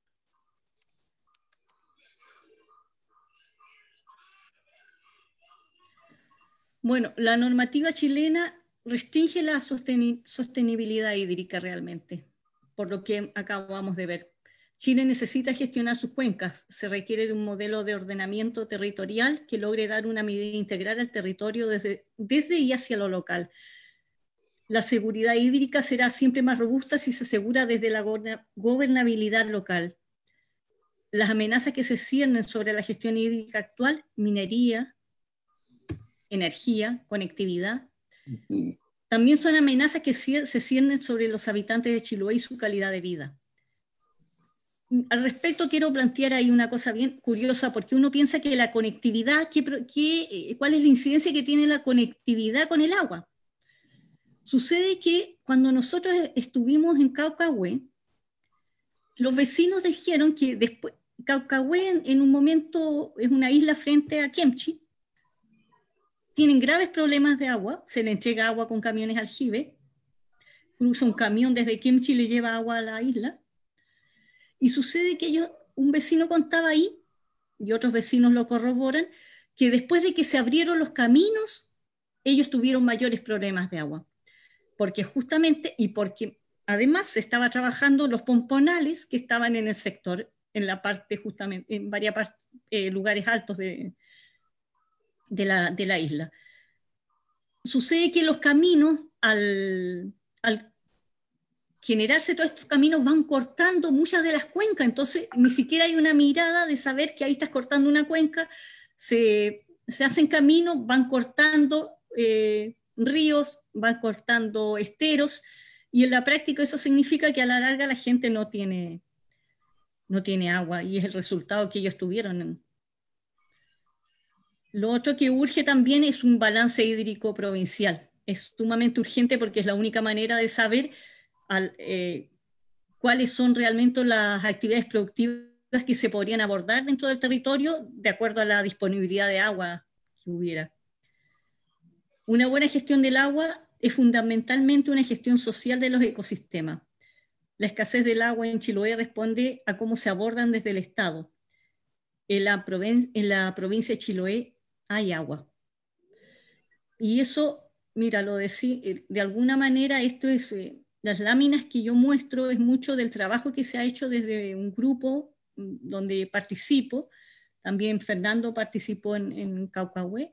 Bueno, la normativa chilena restringe la sostenibilidad hídrica realmente, por lo que acabamos de ver. Chile necesita gestionar sus cuencas. Se requiere de un modelo de ordenamiento territorial que logre dar una medida integral al territorio desde, desde y hacia lo local. La seguridad hídrica será siempre más robusta si se asegura desde la gobernabilidad local. Las amenazas que se ciernen sobre la gestión hídrica actual, minería, energía, conectividad, también son amenazas que se ciernen sobre los habitantes de Chiloé y su calidad de vida. Al respecto quiero plantear ahí una cosa bien curiosa, porque uno piensa que la conectividad, ¿qué, qué, ¿cuál es la incidencia que tiene la conectividad con el agua? Sucede que cuando nosotros estuvimos en Caucahué, los vecinos dijeron que después, Caucahué en, en un momento es una isla frente a Kemchi, tienen graves problemas de agua, se le entrega agua con camiones aljibe, cruza un camión desde Kemchi y le lleva agua a la isla, y sucede que ellos, un vecino contaba ahí, y otros vecinos lo corroboran, que después de que se abrieron los caminos, ellos tuvieron mayores problemas de agua, porque justamente, y porque además se estaba trabajando los pomponales que estaban en el sector, en la parte justamente, en varios eh, lugares altos de De la, de la isla. Sucede que los caminos, al, al generarse todos estos caminos van cortando muchas de las cuencas, entonces ni siquiera hay una mirada de saber que ahí estás cortando una cuenca, se, se hacen caminos, van cortando eh, ríos, van cortando esteros, y en la práctica eso significa que a la larga la gente no tiene, no tiene agua, y es el resultado que ellos tuvieron. Lo otro que urge también es un balance hídrico provincial. Es sumamente urgente porque es la única manera de saber al, eh, cuáles son realmente las actividades productivas que se podrían abordar dentro del territorio de acuerdo a la disponibilidad de agua que hubiera. Una buena gestión del agua es fundamentalmente una gestión social de los ecosistemas. La escasez del agua en Chiloé responde a cómo se abordan desde el Estado. En la, en la provincia de Chiloé hay agua. Y eso, mira, lo de, de alguna manera esto es, eh, las láminas que yo muestro es mucho del trabajo que se ha hecho desde un grupo donde participo, también Fernando participó en, en Caucahué,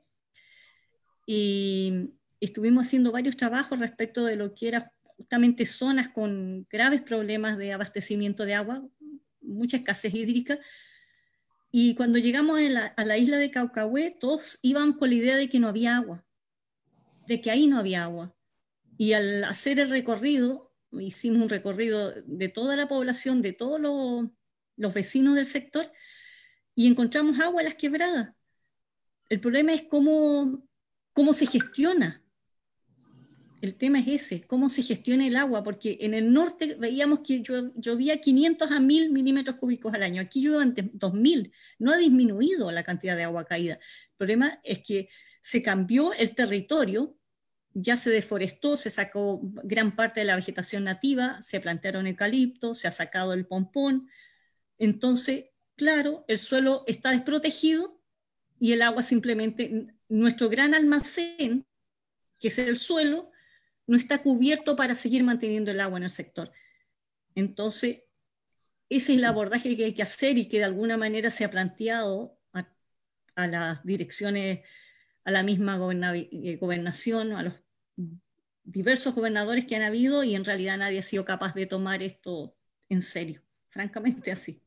y estuvimos haciendo varios trabajos respecto de lo que eran justamente zonas con graves problemas de abastecimiento de agua, mucha escasez hídrica, y cuando llegamos a la, a la isla de Caucahué, todos iban con la idea de que no había agua, de que ahí no había agua. Y al hacer el recorrido, hicimos un recorrido de toda la población, de todos los, los vecinos del sector, y encontramos agua en las quebradas. El problema es cómo, cómo se gestiona. El tema es ese, cómo se gestiona el agua, porque en el norte veíamos que llovía quinientos a mil milímetros cúbicos al año, aquí llueven dos mil, no ha disminuido la cantidad de agua caída. El problema es que se cambió el territorio, ya se deforestó, se sacó gran parte de la vegetación nativa, se plantaron eucaliptos, se ha sacado el pompón, entonces, claro, el suelo está desprotegido y el agua simplemente, nuestro gran almacén, que es el suelo, no está cubierto para seguir manteniendo el agua en el sector. Entonces, ese es el abordaje que hay que hacer y que de alguna manera se ha planteado a, a las direcciones, a la misma gobernación, a los diversos gobernadores que han habido, y en realidad nadie ha sido capaz de tomar esto en serio, francamente así.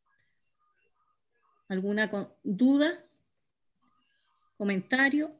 ¿Alguna duda? ¿Comentario?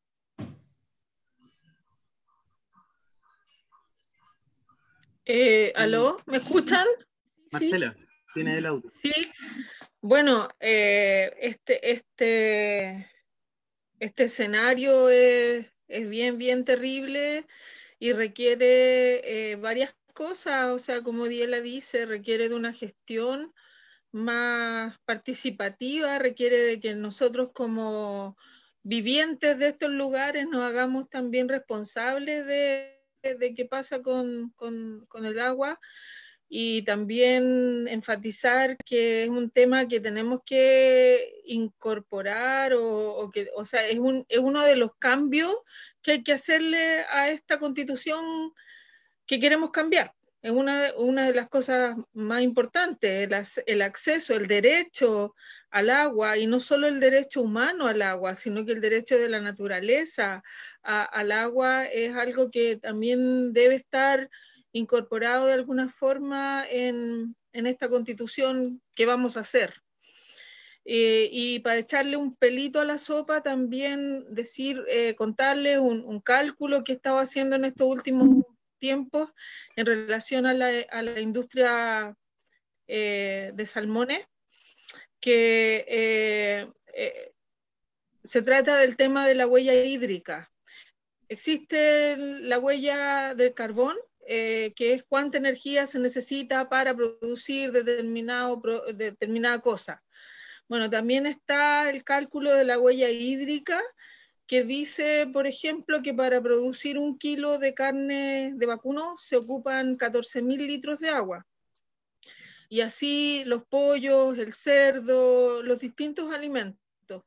Eh, ¿Aló? ¿Me escuchan? Marcela, ¿Sí? tiene el audio. Sí. Bueno, eh, este, este, este escenario es, es bien, bien terrible y requiere eh, varias cosas. O sea, como Diela dice, requiere de una gestión más participativa, requiere de que nosotros como vivientes de estos lugares nos hagamos también responsables de de qué pasa con, con, con el agua, y también enfatizar que es un tema que tenemos que incorporar o, o que, o sea, es, un, es uno de los cambios que hay que hacerle a esta constitución que queremos cambiar. Es una, una de las cosas más importantes, el, el acceso, el derecho al agua, y no solo el derecho humano al agua, sino que el derecho de la naturaleza a, al agua es algo que también debe estar incorporado de alguna forma en, en esta constitución que vamos a hacer. Eh, y para echarle un pelito a la sopa, también decir, eh, contarles un, un cálculo que he estado haciendo en estos últimos tiempos en relación a la, a la industria eh, de salmones, que eh, eh, se trata del tema de la huella hídrica. Existe la huella del carbón, eh, que es cuánta energía se necesita para producir determinado, determinada cosa. Bueno, también está el cálculo de la huella hídrica, que dice, por ejemplo, que para producir un kilo de carne de vacuno se ocupan catorce mil litros de agua. Y así los pollos, el cerdo, los distintos alimentos.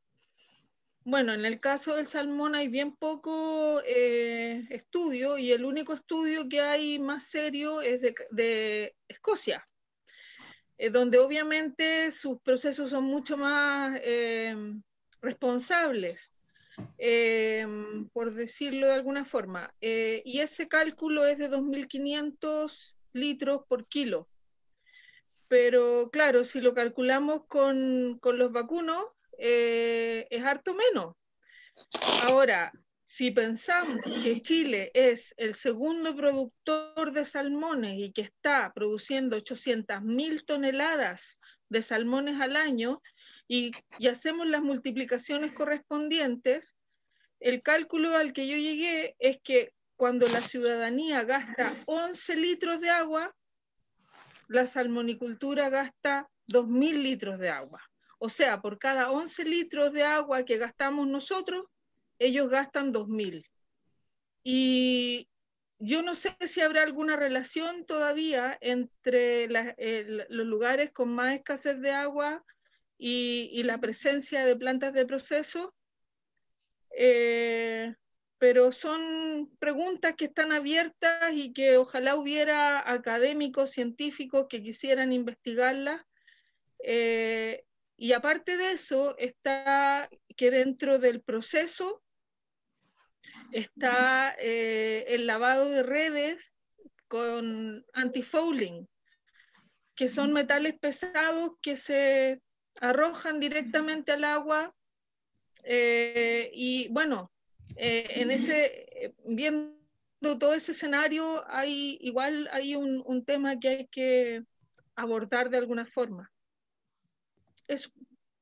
Bueno, en el caso del salmón hay bien poco eh, estudio, y el único estudio que hay más serio es de, de Escocia, eh, donde obviamente sus procesos son mucho más eh, responsables. Eh, por decirlo de alguna forma, eh, y ese cálculo es de dos mil quinientos litros por kilo. Pero claro, si lo calculamos con, con los vacunos, eh, es harto menos. Ahora, si pensamos que Chile es el segundo productor de salmones y que está produciendo ochocientas mil toneladas de salmones al año, y, y hacemos las multiplicaciones correspondientes, el cálculo al que yo llegué es que cuando la ciudadanía gasta once litros de agua, la salmonicultura gasta dos mil litros de agua. O sea, por cada once litros de agua que gastamos nosotros, ellos gastan dos mil. Y yo no sé si habrá alguna relación todavía entre la, el, los lugares con más escasez de agua y, y la presencia de plantas de proceso, eh, pero son preguntas que están abiertas y que ojalá hubiera académicos, científicos que quisieran investigarlas. Eh, y aparte de eso, está que dentro del proceso está eh, el lavado de redes con antifouling, que son metales pesados que se arrojan directamente al agua. Eh, y bueno, eh, en ese, viendo todo ese escenario, hay igual hay un, un tema que hay que abordar de alguna forma. Eso.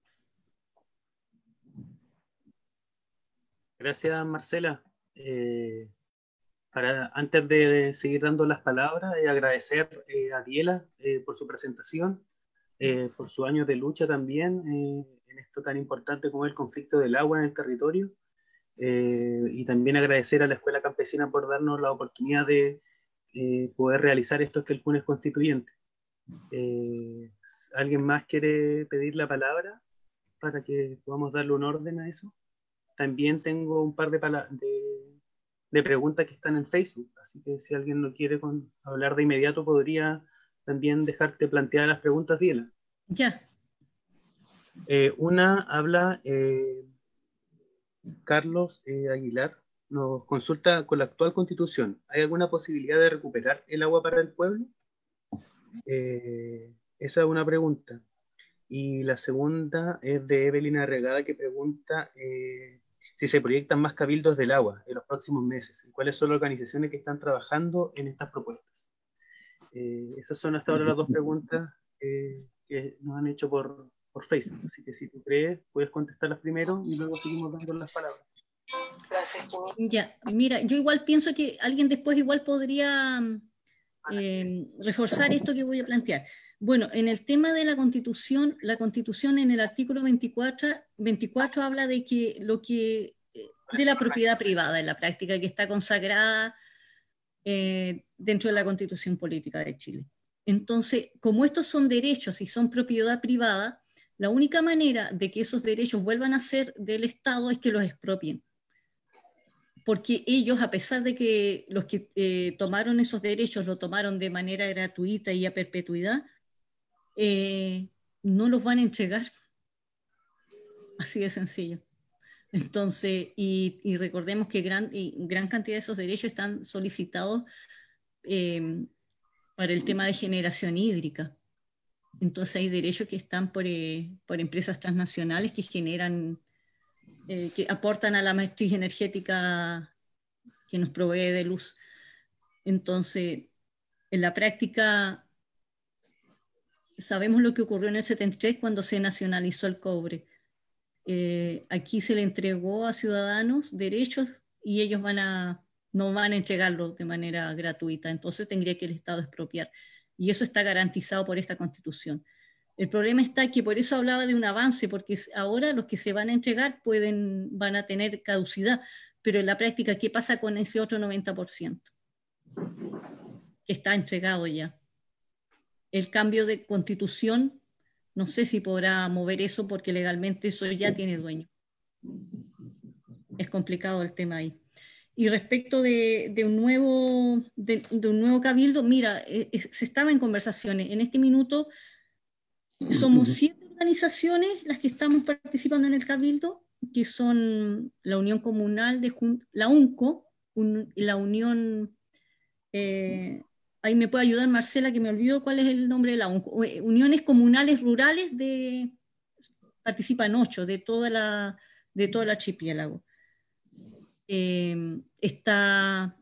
Gracias, Marcela. Eh, para, antes de seguir dando las palabras, eh, agradecer eh, a Diela eh, por su presentación, eh, por su año de lucha también eh, en esto tan importante como el conflicto del agua en el territorio, eh, y también agradecer a la Escuela Campesina por darnos la oportunidad de eh, poder realizar estos quelcunes constituyentes. Eh, ¿Alguien más quiere pedir la palabra para que podamos darle un orden a eso? También tengo un par de, de, de preguntas que están en Facebook, así que si alguien no quiere con, hablar de inmediato, podría también dejarte plantear las preguntas, Diela. Ya. Eh, una habla, eh, Carlos eh, Aguilar, nos consulta con la actual constitución, ¿hay alguna posibilidad de recuperar el agua para el pueblo? Eh, esa es una pregunta. Y la segunda es de Evelina Regada, que pregunta eh, si se proyectan más cabildos del agua en los próximos meses y cuáles son las organizaciones que están trabajando en estas propuestas. Eh, esas son hasta ahora las dos preguntas eh, que nos han hecho por, por Facebook, así que si tú crees puedes contestarlas primero y luego seguimos dando las palabras. Gracias. Ya, mira, yo igual pienso que alguien después igual podría eh, reforzar esto que voy a plantear. Bueno, en el tema de la Constitución, la Constitución en el artículo veinticuatro, veinticuatro habla de que lo que de la propiedad privada en la práctica, que está consagrada eh, dentro de la Constitución Política de Chile. Entonces, como estos son derechos y son propiedad privada, la única manera de que esos derechos vuelvan a ser del Estado es que los expropien. Porque ellos, a pesar de que los que eh, tomaron esos derechos lo tomaron de manera gratuita y a perpetuidad, eh, no los van a entregar. Así de sencillo. Entonces, y, y recordemos que gran, y gran cantidad de esos derechos están solicitados eh, para el tema de generación hídrica. Entonces hay derechos que están por, eh, por empresas transnacionales que generan, eh, que aportan a la matriz energética que nos provee de luz. Entonces, en la práctica, sabemos lo que ocurrió en el setenta y tres cuando se nacionalizó el cobre. Eh, aquí se le entregó a ciudadanos derechos y ellos van a, no van a entregarlo de manera gratuita, entonces tendría que el Estado expropiar. Y eso está garantizado por esta Constitución. El problema está que por eso hablaba de un avance, porque ahora los que se van a entregar pueden, van a tener caducidad, pero en la práctica, ¿qué pasa con ese otro noventa por ciento? Que está entregado ya. El cambio de Constitución, no sé si podrá mover eso porque legalmente eso ya tiene dueño. Es complicado el tema ahí. Y respecto de, de, un, nuevo, de, de un nuevo cabildo, mira, eh, eh, se estaba en conversaciones. En este minuto somos siete organizaciones las que estamos participando en el cabildo, que son la Unión Comunal de Jun la UNCO, un, la Unión eh, ahí me puede ayudar Marcela, que me olvidó cuál es el nombre de la Uniones Comunales Rurales, de, participan ocho de toda la, de todo el archipiélago. Eh, está,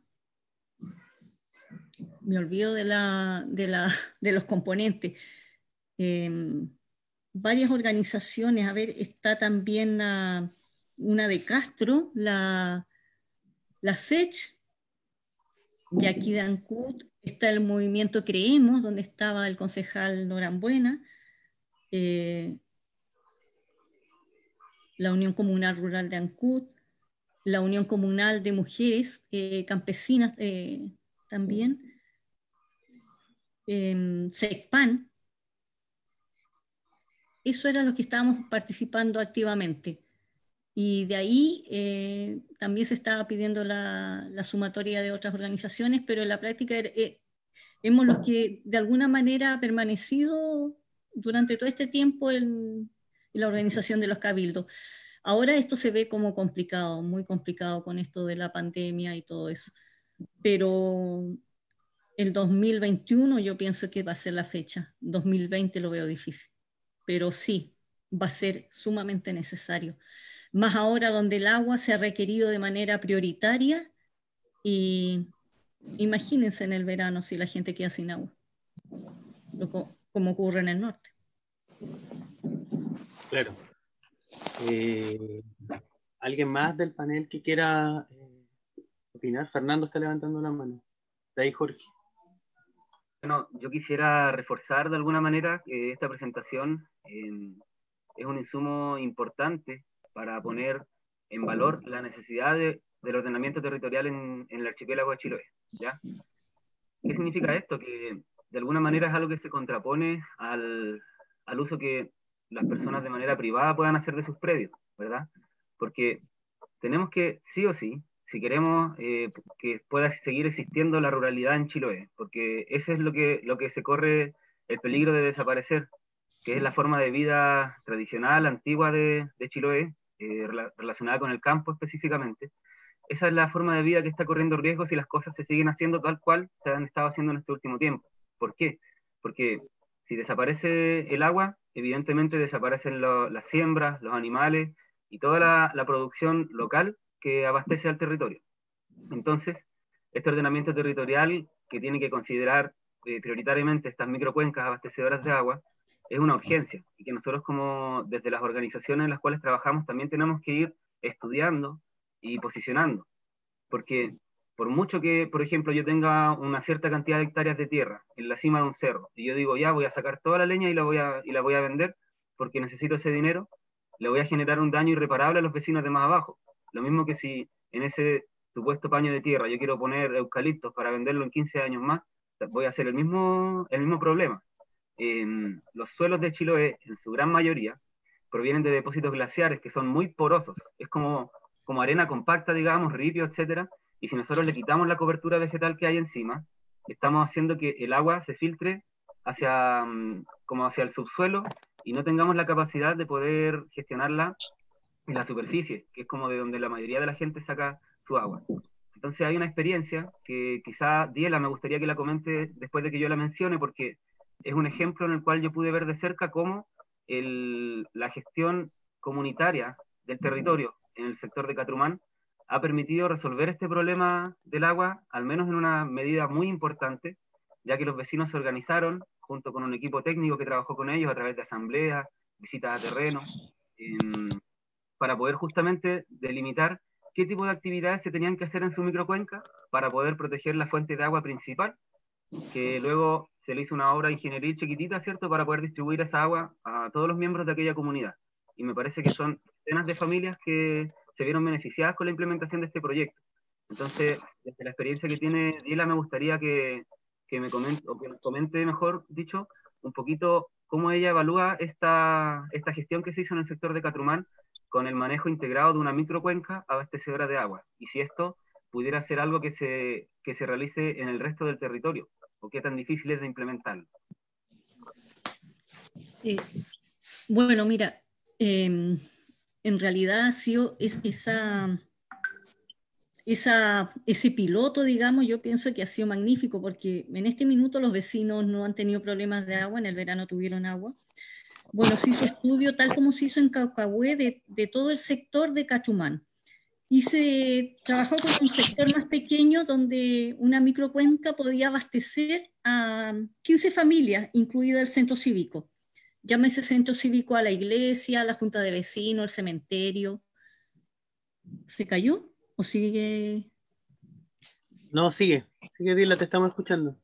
me olvido de, la, de, la, de los componentes. Eh, varias organizaciones, a ver, está también la, una de Castro, la, la S E C H, de aquí de Ancud, está el movimiento Creemos, donde estaba el concejal Norambuena, eh, la Unión Comunal Rural de Ancud, la Unión Comunal de Mujeres eh, Campesinas eh, también, eh, SECPAN. Eso era lo que estábamos participando activamente. Y de ahí eh, también se estaba pidiendo la, la sumatoria de otras organizaciones, pero en la práctica eh, hemos los que de alguna manera ha permanecido durante todo este tiempo en, en la organización de los cabildos. Ahora esto se ve como complicado, muy complicado con esto de la pandemia y todo eso. Pero el dos mil veintiuno yo pienso que va a ser la fecha. dos mil veinte lo veo difícil. Pero sí, va a ser sumamente necesario. Más ahora donde el agua se ha requerido de manera prioritaria y imagínense en el verano si la gente queda sin agua, como ocurre en el norte. Claro. Eh, ¿Alguien más del panel que quiera eh, opinar? Fernando está levantando la mano. De ahí Jorge. Bueno, yo quisiera reforzar de alguna manera que esta presentación eh, es un insumo importante para poner en valor la necesidad de, del ordenamiento territorial en, en el archipiélago de Chiloé, ¿ya? ¿Qué significa esto? Que de alguna manera es algo que se contrapone al, al uso que las personas de manera privada puedan hacer de sus predios, ¿verdad? Porque tenemos que, sí o sí, si queremos eh, que pueda seguir existiendo la ruralidad en Chiloé, porque ese es lo que, lo que se corre el peligro de desaparecer, que es la forma de vida tradicional, antigua de, de Chiloé, eh, relacionada con el campo específicamente. Esa es la forma de vida que está corriendo riesgo si las cosas se siguen haciendo tal cual se han estado haciendo en este último tiempo. ¿Por qué? Porque si desaparece el agua, evidentemente desaparecen lo, las siembras, los animales y toda la, la producción local que abastece al territorio. Entonces, este ordenamiento territorial que tiene que considerar eh, prioritariamente estas microcuencas abastecedoras de agua es una urgencia y que nosotros como desde las organizaciones en las cuales trabajamos también tenemos que ir estudiando y posicionando, porque por mucho que, por ejemplo, yo tenga una cierta cantidad de hectáreas de tierra en la cima de un cerro, y yo digo, ya, voy a sacar toda la leña y la voy a, y la voy a vender porque necesito ese dinero, le voy a generar un daño irreparable a los vecinos de más abajo. Lo mismo que si en ese supuesto paño de tierra yo quiero poner eucaliptos para venderlo en quince años más, voy a hacer el mismo, el mismo problema. Eh, los suelos de Chiloé, en su gran mayoría, provienen de depósitos glaciares que son muy porosos. Es como, como arena compacta, digamos, ripio, etcétera. Y si nosotros le quitamos la cobertura vegetal que hay encima, estamos haciendo que el agua se filtre hacia, como hacia el subsuelo y no tengamos la capacidad de poder gestionarla en la superficie, que es como de donde la mayoría de la gente saca su agua. Entonces hay una experiencia que quizá Diela me gustaría que la comente después de que yo la mencione, porque es un ejemplo en el cual yo pude ver de cerca cómo el, la gestión comunitaria del territorio en el sector de Catrumán ha permitido resolver este problema del agua, al menos en una medida muy importante, ya que los vecinos se organizaron junto con un equipo técnico que trabajó con ellos a través de asambleas, visitas a terreno, eh, para poder justamente delimitar qué tipo de actividades se tenían que hacer en su microcuenca para poder proteger la fuente de agua principal, que luego se le hizo una obra de ingeniería chiquitita, ¿cierto?, para poder distribuir esa agua a todos los miembros de aquella comunidad. Y me parece que son decenas de familias que se vieron beneficiadas con la implementación de este proyecto. Entonces, desde la experiencia que tiene Diela, me gustaría que, que me comente, o que nos comente, mejor dicho, un poquito cómo ella evalúa esta, esta gestión que se hizo en el sector de Catrumán con el manejo integrado de una microcuenca abastecedora de agua, y si esto pudiera ser algo que se, que se realice en el resto del territorio, o qué tan difícil es de implementarlo. Eh, bueno, mira, eh, en realidad ha sido es, esa, esa, ese piloto, digamos, yo pienso que ha sido magnífico, porque en este minuto los vecinos no han tenido problemas de agua, en el verano tuvieron agua. Bueno, se hizo estudio tal como se hizo en Caucahué de, de todo el sector de Cachumán. Y se trabajó con un sector más pequeño donde una microcuenca podía abastecer a quince familias, incluido el centro cívico. Llámese centro cívico a la iglesia, a la junta de vecinos, el cementerio. ¿Se cayó o sigue? No, sigue. Sigue, Dila, te estamos escuchando.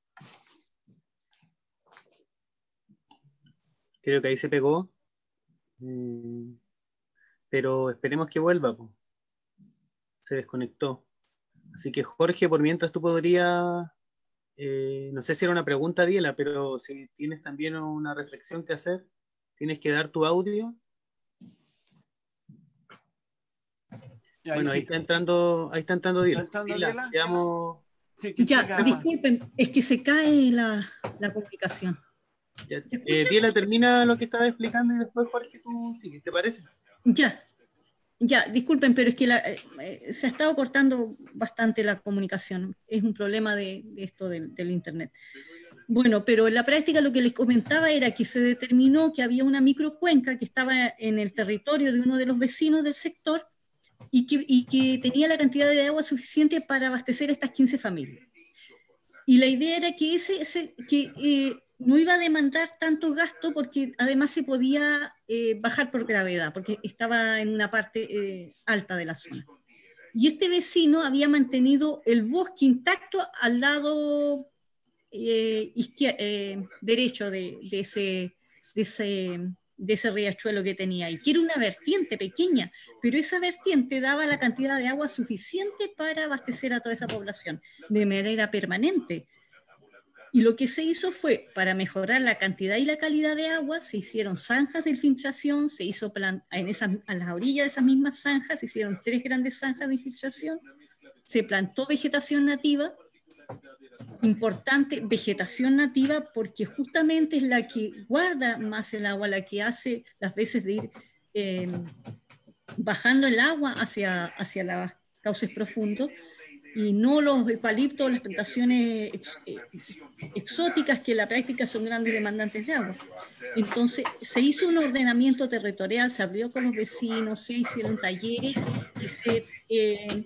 Creo que ahí se pegó. Eh, pero esperemos que vuelva, po. Se desconectó. Así que Jorge, por mientras tú podrías, eh, no sé si era una pregunta, Diela, pero si tienes también una reflexión que hacer, tienes que dar tu audio. Ya, bueno, ahí, sí. está entrando, ahí está entrando Diela. ¿Está entrando Dila, Diela? quedamos... Sí, que Ya, siga. disculpen, es que se cae la, la comunicación. Ya, ¿Se eh, escucha? Diela, termina lo que estaba explicando y después, Jorge, tú sigues, ¿te parece? Ya, ya, disculpen, pero es que la, eh, se ha estado cortando bastante la comunicación. Es un problema de, de esto del, del Internet. Bueno, pero en la práctica lo que les comentaba era que se determinó que había una microcuenca que estaba en el territorio de uno de los vecinos del sector y que, y que tenía la cantidad de agua suficiente para abastecer a estas quince familias. Y la idea era que, ese, ese, que eh, no iba a demandar tanto gasto porque además se podía eh, bajar por gravedad, porque estaba en una parte eh, alta de la zona. Y este vecino había mantenido el bosque intacto al lado eh, izquier- eh, derecho de, de, ese, de, ese, de ese riachuelo que tenía ahí, que era una vertiente pequeña, pero esa vertiente daba la cantidad de agua suficiente para abastecer a toda esa población de manera permanente. Y lo que se hizo fue, para mejorar la cantidad y la calidad de agua, se hicieron zanjas de infiltración, se hizo plan, en esas, a las orillas de esas mismas zanjas, se hicieron tres grandes zanjas de infiltración, se plantó vegetación nativa, importante vegetación nativa, porque justamente es la que guarda más el agua, la que hace las veces de ir eh, bajando el agua hacia, hacia los cauces profundos, y no los eucaliptos, las plantaciones ex, eh, exóticas que en la práctica son grandes demandantes de agua. Entonces se hizo un ordenamiento territorial, se abrió con los vecinos, se hicieron talleres, y se, eh,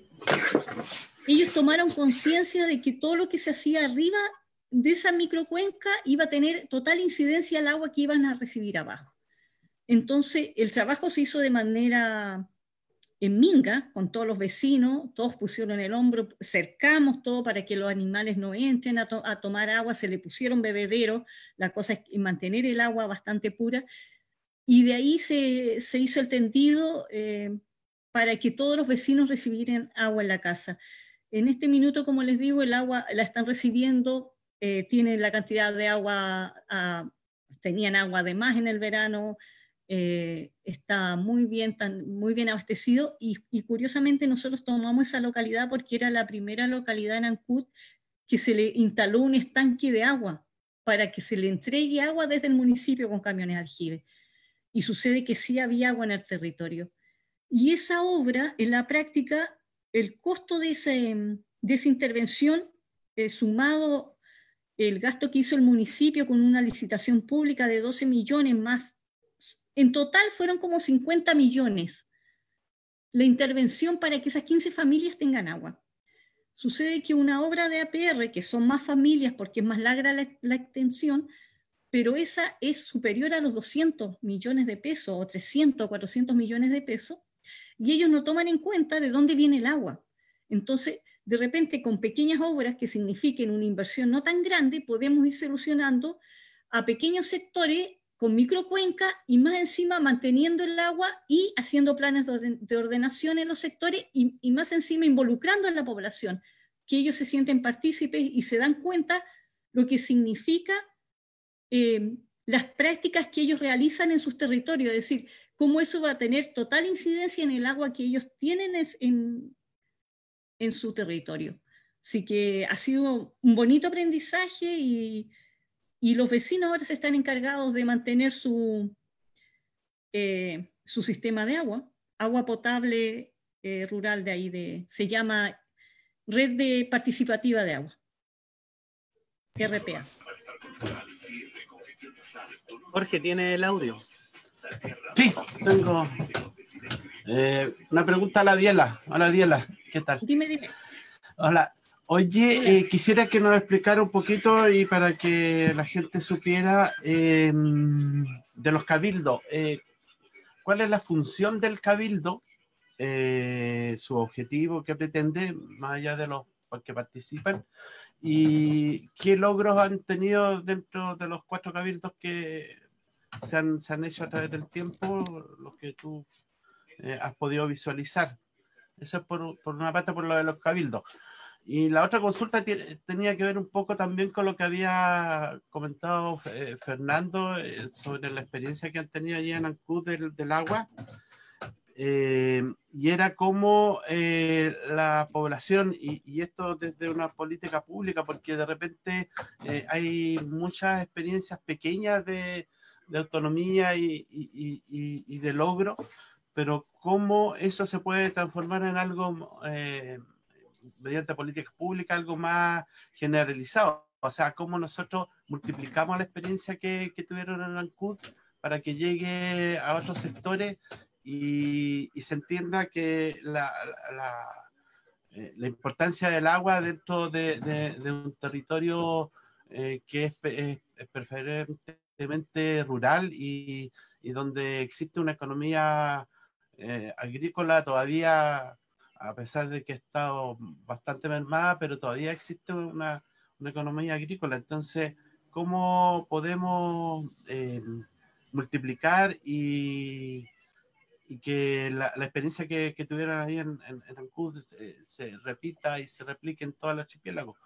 ellos tomaron conciencia de que todo lo que se hacía arriba de esa microcuenca iba a tener total incidencia al agua que iban a recibir abajo. Entonces el trabajo se hizo de manera en minga, con todos los vecinos, todos pusieron el hombro, cercamos todo para que los animales no entren a, to a tomar agua, se le pusieron bebederos, la cosa es mantener el agua bastante pura, y de ahí se, se hizo el tendido eh, para que todos los vecinos recibieran agua en la casa. En este minuto, como les digo, el agua la están recibiendo, eh, tienen la cantidad de agua, uh, tenían agua de más en el verano, Eh, está muy bien, tan, muy bien abastecido, y, y curiosamente nosotros tomamos esa localidad porque era la primera localidad en Ancud que se le instaló un estanque de agua para que se le entregue agua desde el municipio con camiones aljibe. Y sucede que sí había agua en el territorio. Y esa obra, en la práctica, el costo de, ese, de esa intervención, eh, sumado el gasto que hizo el municipio con una licitación pública de doce millones más, en total fueron como cincuenta millones la intervención para que esas quince familias tengan agua. Sucede que una obra de A P R, que son más familias porque es más larga la, la extensión, pero esa es superior a los doscientos millones de pesos o trescientos o cuatrocientos millones de pesos, y ellos no toman en cuenta de dónde viene el agua. Entonces, de repente, con pequeñas obras que signifiquen una inversión no tan grande, podemos ir solucionando a pequeños sectores con microcuenca y más encima manteniendo el agua y haciendo planes de ordenación en los sectores y, y más encima involucrando a la población, que ellos se sienten partícipes y se dan cuenta lo que significa eh, las prácticas que ellos realizan en sus territorios, es decir, cómo eso va a tener total incidencia en el agua que ellos tienen en, en su territorio. Así que ha sido un bonito aprendizaje y Y los vecinos ahora se están encargados de mantener su, eh, su sistema de agua, agua potable eh, rural de ahí, de, se llama Red de Participativa de Agua, R P A. Jorge, ¿tiene el audio? Sí, tengo eh, una pregunta a la Diela. Hola Diela, ¿qué tal? Dime, dime. Hola. Oye, eh, quisiera que nos explicara un poquito y para que la gente supiera eh, de los cabildos. Eh, ¿Cuál es la función del cabildo? Eh, su objetivo, qué pretende, más allá de los que participan, y qué logros han tenido dentro de los cuatro cabildos que se han, se han hecho a través del tiempo, los que tú eh, has podido visualizar. Eso es por, por una parte por lo de los cabildos. Y la otra consulta tenía que ver un poco también con lo que había comentado eh, Fernando eh, sobre la experiencia que han tenido allí en Ancud del, del agua. Eh, y era como eh, la población, y, y esto desde una política pública, porque de repente eh, hay muchas experiencias pequeñas de, de autonomía y, y, y, y de logro, pero cómo eso se puede transformar en algo eh, mediante políticas públicas, algo más generalizado. O sea, cómo nosotros multiplicamos la experiencia que, que tuvieron en Ancud para que llegue a otros sectores y, y se entienda que la, la, la, eh, la importancia del agua dentro de, de, de un territorio eh, que es, es, es preferentemente rural y, y donde existe una economía eh, agrícola todavía, a pesar de que ha estado bastante mermada, pero todavía existe una, una economía agrícola. Entonces, ¿cómo podemos eh, multiplicar y, y que la, la experiencia que, que tuvieron ahí en, en, en Ancud eh, se repita y se replique en todo el archipiélago?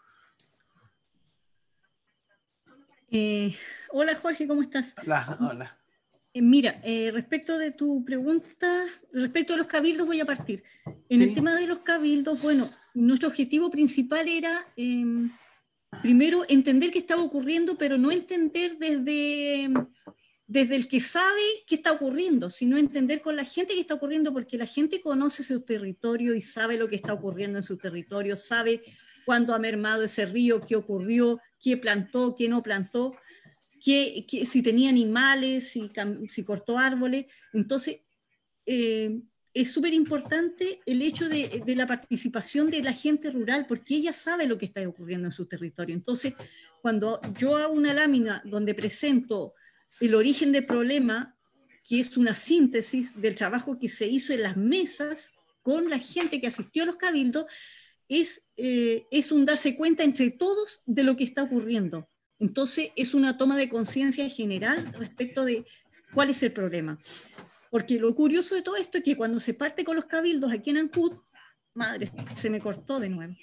Eh, hola Jorge, ¿cómo estás? Hola, hola. Eh, mira, eh, respecto de tu pregunta, respecto a los cabildos voy a partir. En Sí. el tema de los cabildos, bueno, nuestro objetivo principal era, eh, primero, entender qué estaba ocurriendo, pero no entender desde, desde el que sabe qué está ocurriendo, sino entender con la gente qué está ocurriendo, porque la gente conoce su territorio y sabe lo que está ocurriendo en su territorio, sabe cuándo ha mermado ese río, qué ocurrió, qué plantó, qué no plantó. Que, que, si tenía animales, si, si cortó árboles. Entonces, eh, es súper importante el hecho de, de la participación de la gente rural, porque ella sabe lo que está ocurriendo en su territorio. Entonces, cuando yo hago una lámina donde presento el origen del problema, que es una síntesis del trabajo que se hizo en las mesas con la gente que asistió a los cabildos, es, eh, es un darse cuenta entre todos de lo que está ocurriendo. Entonces, es una toma de conciencia general respecto de cuál es el problema. Porque lo curioso de todo esto es que cuando se parte con los cabildos aquí en Ancud, madre, se me cortó de nuevo.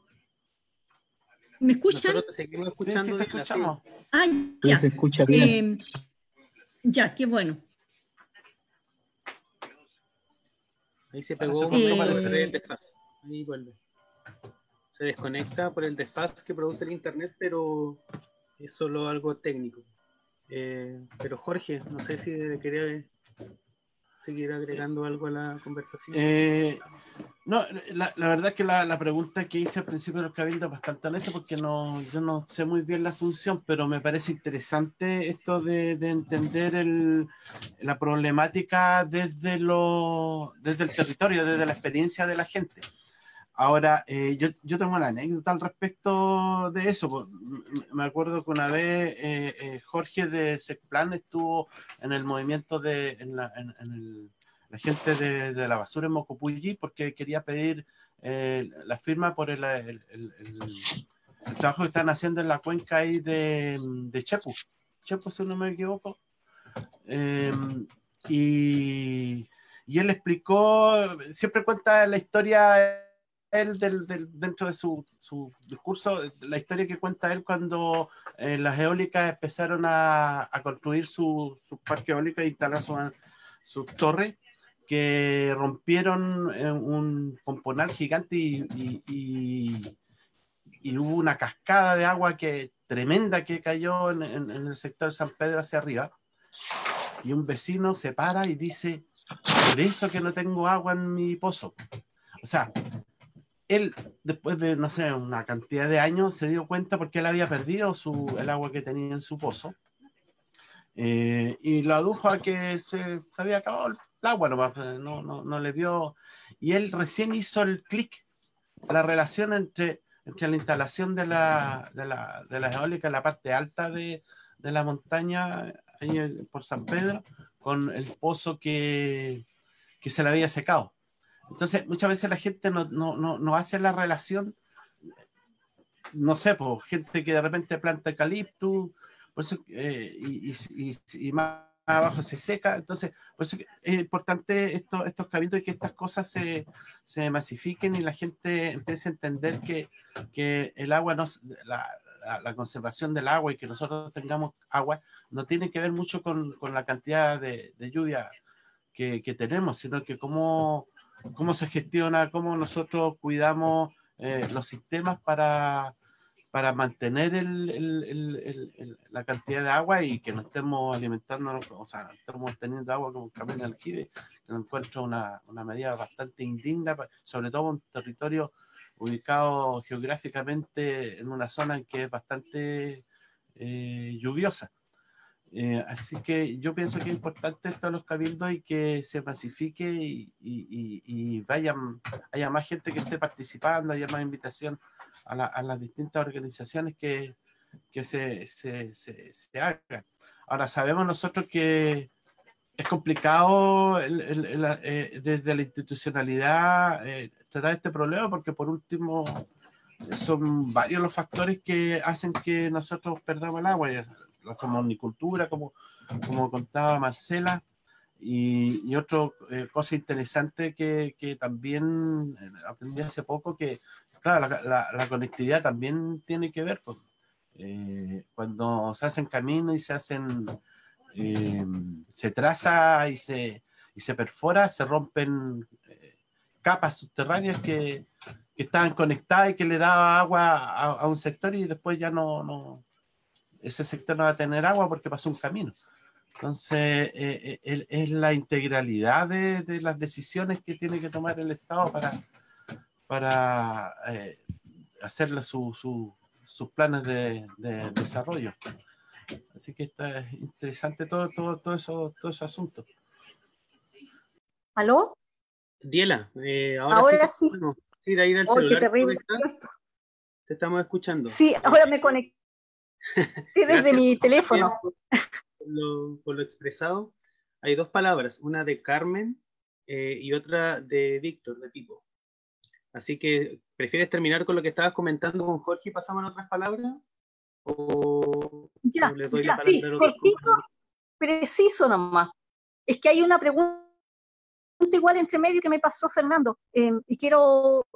¿Me escuchan? Nosotros te seguimos escuchando. Sí, sí, te escuchamos. Ah, ya. Se escucha bien. Eh, ya, qué bueno. Ahí se pegó un Eh, momento para hacer el desfase. Ahí vuelve. Se desconecta por el desfase que produce el internet, pero es solo algo técnico. Eh, pero Jorge, no sé si quería seguir agregando algo a la conversación. Eh, no, la, la verdad es que la, la pregunta que hice al principio de los cabildos es bastante honesta porque no, yo no sé muy bien la función, pero me parece interesante esto de, de entender el, la problemática desde, lo, desde el territorio, desde la experiencia de la gente. Ahora, eh, yo, yo tengo una anécdota al respecto de eso. Me acuerdo que una vez eh, eh, Jorge de Secplan estuvo en el movimiento de en la, en, en el, la gente de, de la basura en Mocopulli porque quería pedir eh, la firma por el, el, el, el, el trabajo que están haciendo en la cuenca ahí de, de Chepu. Chepu, si no me equivoco. Eh, y, y él explicó, siempre cuenta la historia él del, del, dentro de su, su discurso, la historia que cuenta él cuando eh, las eólicas empezaron a, a construir su, su parque eólico e instalar su, su torre, que rompieron eh, un pomponal gigante y, y, y, y hubo una cascada de agua que, tremenda que cayó en, en, en el sector de San Pedro hacia arriba. y un vecino se para y dice, por eso que no tengo agua en mi pozo. O sea, él, después de, no sé, una cantidad de años, se dio cuenta porque él había perdido su, el agua que tenía en su pozo. Eh, y lo adujo a que se, se había acabado el agua, nomás, no, no, no le vio. Y él recién hizo el clic, la relación entre, entre la instalación de la, de la, de la eólica en la parte alta de, de la montaña, ahí por San Pedro, con el pozo que, que se le había secado. Entonces, muchas veces la gente no, no, no, no hace la relación, no sé, pues, gente que de repente planta eucaliptus, por eso, eh, y, y, y, y más abajo se seca. Entonces, por eso es importante esto, estos cabildos y que estas cosas se, se masifiquen y la gente empiece a entender que, que el agua, no, la, la, la conservación del agua y que nosotros tengamos agua no tiene que ver mucho con, con la cantidad de, de lluvia que, que tenemos, sino que cómo, cómo se gestiona, cómo nosotros cuidamos eh, los sistemas para, para mantener el, el, el, el, el, la cantidad de agua y que no estemos alimentándonos, o sea, no estemos teniendo agua como un camión de aljibe. Lo encuentro una, una medida bastante indigna, sobre todo en un territorio ubicado geográficamente en una zona en que es bastante eh, lluviosa. Eh, así que yo pienso que es importante esto de los cabildos y que se masifique y, y, y vayan, haya más gente que esté participando, haya más invitación a, la, a las distintas organizaciones que, que se, se, se, se hagan. Ahora, sabemos nosotros que es complicado el, el, el, eh, desde la institucionalidad eh, tratar este problema porque por último son varios los factores que hacen que nosotros perdamos el agua. La somonicultura, como, como contaba Marcela, y, y otra eh, cosa interesante que, que también aprendí hace poco, que claro, la, la, la conectividad también tiene que ver con eh, cuando se hacen caminos y se hacen, eh, se traza y se, y se perfora, se rompen eh, capas subterráneas que, que estaban conectadas y que le daba agua a, a un sector y después ya no, no ese sector no va a tener agua porque pasó un camino. Entonces, eh, eh, es la integralidad de, de las decisiones que tiene que tomar el Estado para, para eh, hacer su, su, sus planes de, de desarrollo. Así que está interesante todo, todo, todo, eso, todo ese asunto. ¿Aló? Diela, eh, ahora, ahora sí. sí. Bueno, sí, de ahí del oh, celular. qué terrible. Te estamos escuchando. Sí, ahora me conecté desde mi teléfono. Por lo, por lo expresado, hay dos palabras, una de Carmen eh, y otra de Víctor, de Pipo. Así que, ¿prefieres terminar con lo que estabas comentando con Jorge y pasamos a otras palabras? ¿O, ya, o le doy ya, la sí, cortito, preciso nomás. Es que hay una pregunta igual entre medio que me pasó Fernando eh, y quiero,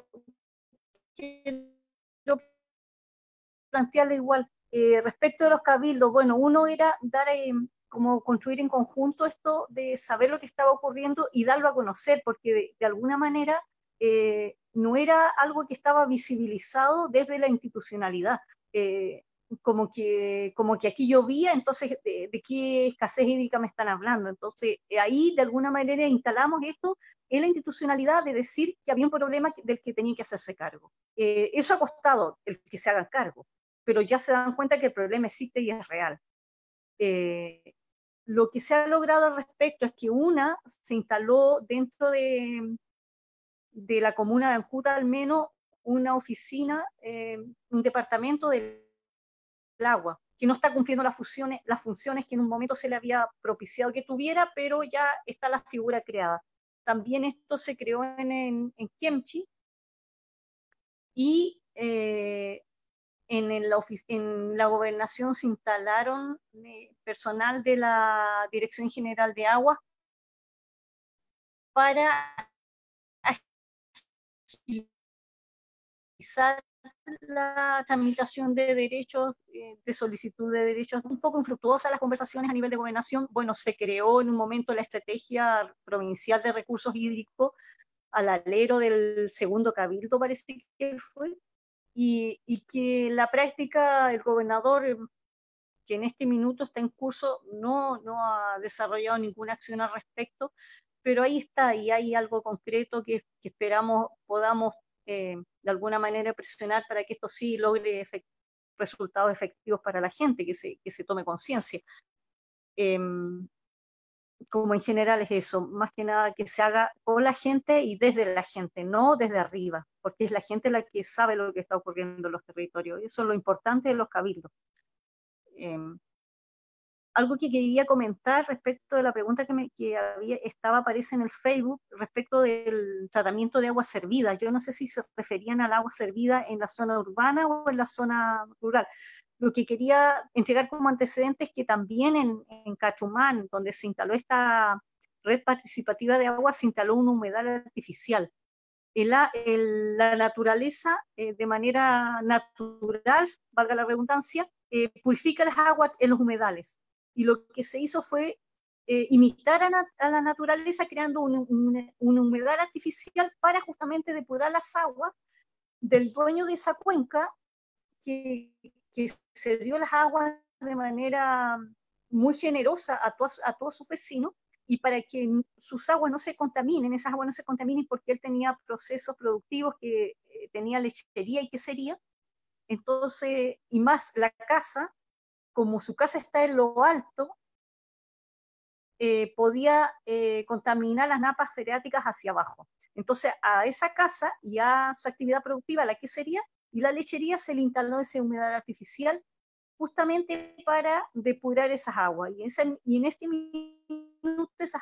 quiero plantearle igual. Eh, respecto de los cabildos, bueno, uno era dar, eh, como construir en conjunto esto de saber lo que estaba ocurriendo y darlo a conocer, porque de, de alguna manera eh, no era algo que estaba visibilizado desde la institucionalidad. Eh, como que, como que aquí llovía, entonces, ¿de, de qué escasez hídrica me están hablando? Entonces, ahí de alguna manera instalamos esto en la institucionalidad de decir que había un problema del que tenía que hacerse cargo. Eh, eso ha costado el que se hagan cargo, pero ya se dan cuenta que el problema existe y es real. Eh, lo que se ha logrado al respecto es que una se instaló dentro de, de la comuna de Ancuta, al menos, una oficina, eh, un departamento del agua, que no está cumpliendo las funciones, las funciones que en un momento se le había propiciado que tuviera, pero ya está la figura creada. También esto se creó en, en, en Kemchi y eh, en, el, en la gobernación se instalaron eh, personal de la Dirección General de Agua para agilizar la tramitación de derechos, eh, de solicitud de derechos. Un poco infructuosas las conversaciones a nivel de gobernación. Bueno, se creó en un momento la Estrategia Provincial de Recursos Hídricos al alero del segundo cabildo, parece que fue, y, y que la práctica, el gobernador que en este minuto está en curso, no, no ha desarrollado ninguna acción al respecto, pero ahí está, y hay algo concreto que, que esperamos podamos eh, de alguna manera presionar para que esto sí logre efect resultados efectivos para la gente, que se, que se tome conciencia. Eh, como en general es eso, más que nada que se haga con la gente y desde la gente, no desde arriba, porque es la gente la que sabe lo que está ocurriendo en los territorios, y eso es lo importante de los cabildos. Eh, algo que quería comentar respecto de la pregunta que, me, que había, estaba, aparece en el Facebook, respecto del tratamiento de aguas servidas. Yo no sé si se referían al agua servida en la zona urbana o en la zona rural. Lo que quería entregar como antecedente es que también en, en Cachumán, donde se instaló esta red participativa de agua, se instaló un humedal artificial. El, el, la naturaleza, eh, de manera natural, valga la redundancia, eh, purifica las aguas en los humedales. Y lo que se hizo fue eh, imitar a, na a la naturaleza creando un, un, un humedal artificial para justamente depurar las aguas del dueño de esa cuenca, que, que se dio las aguas de manera muy generosa a, to a todos sus vecinos, y para que sus aguas no se contaminen, esas aguas no se contaminen, porque él tenía procesos productivos, que eh, tenía lechería y quesería. Entonces, y más la casa, como su casa está en lo alto, eh, podía eh, contaminar las napas freáticas hacia abajo. Entonces, a esa casa y a su actividad productiva, la quesería y la lechería, se le instaló ese humedal artificial justamente para depurar esas aguas. Y, esa, y en este minuto esas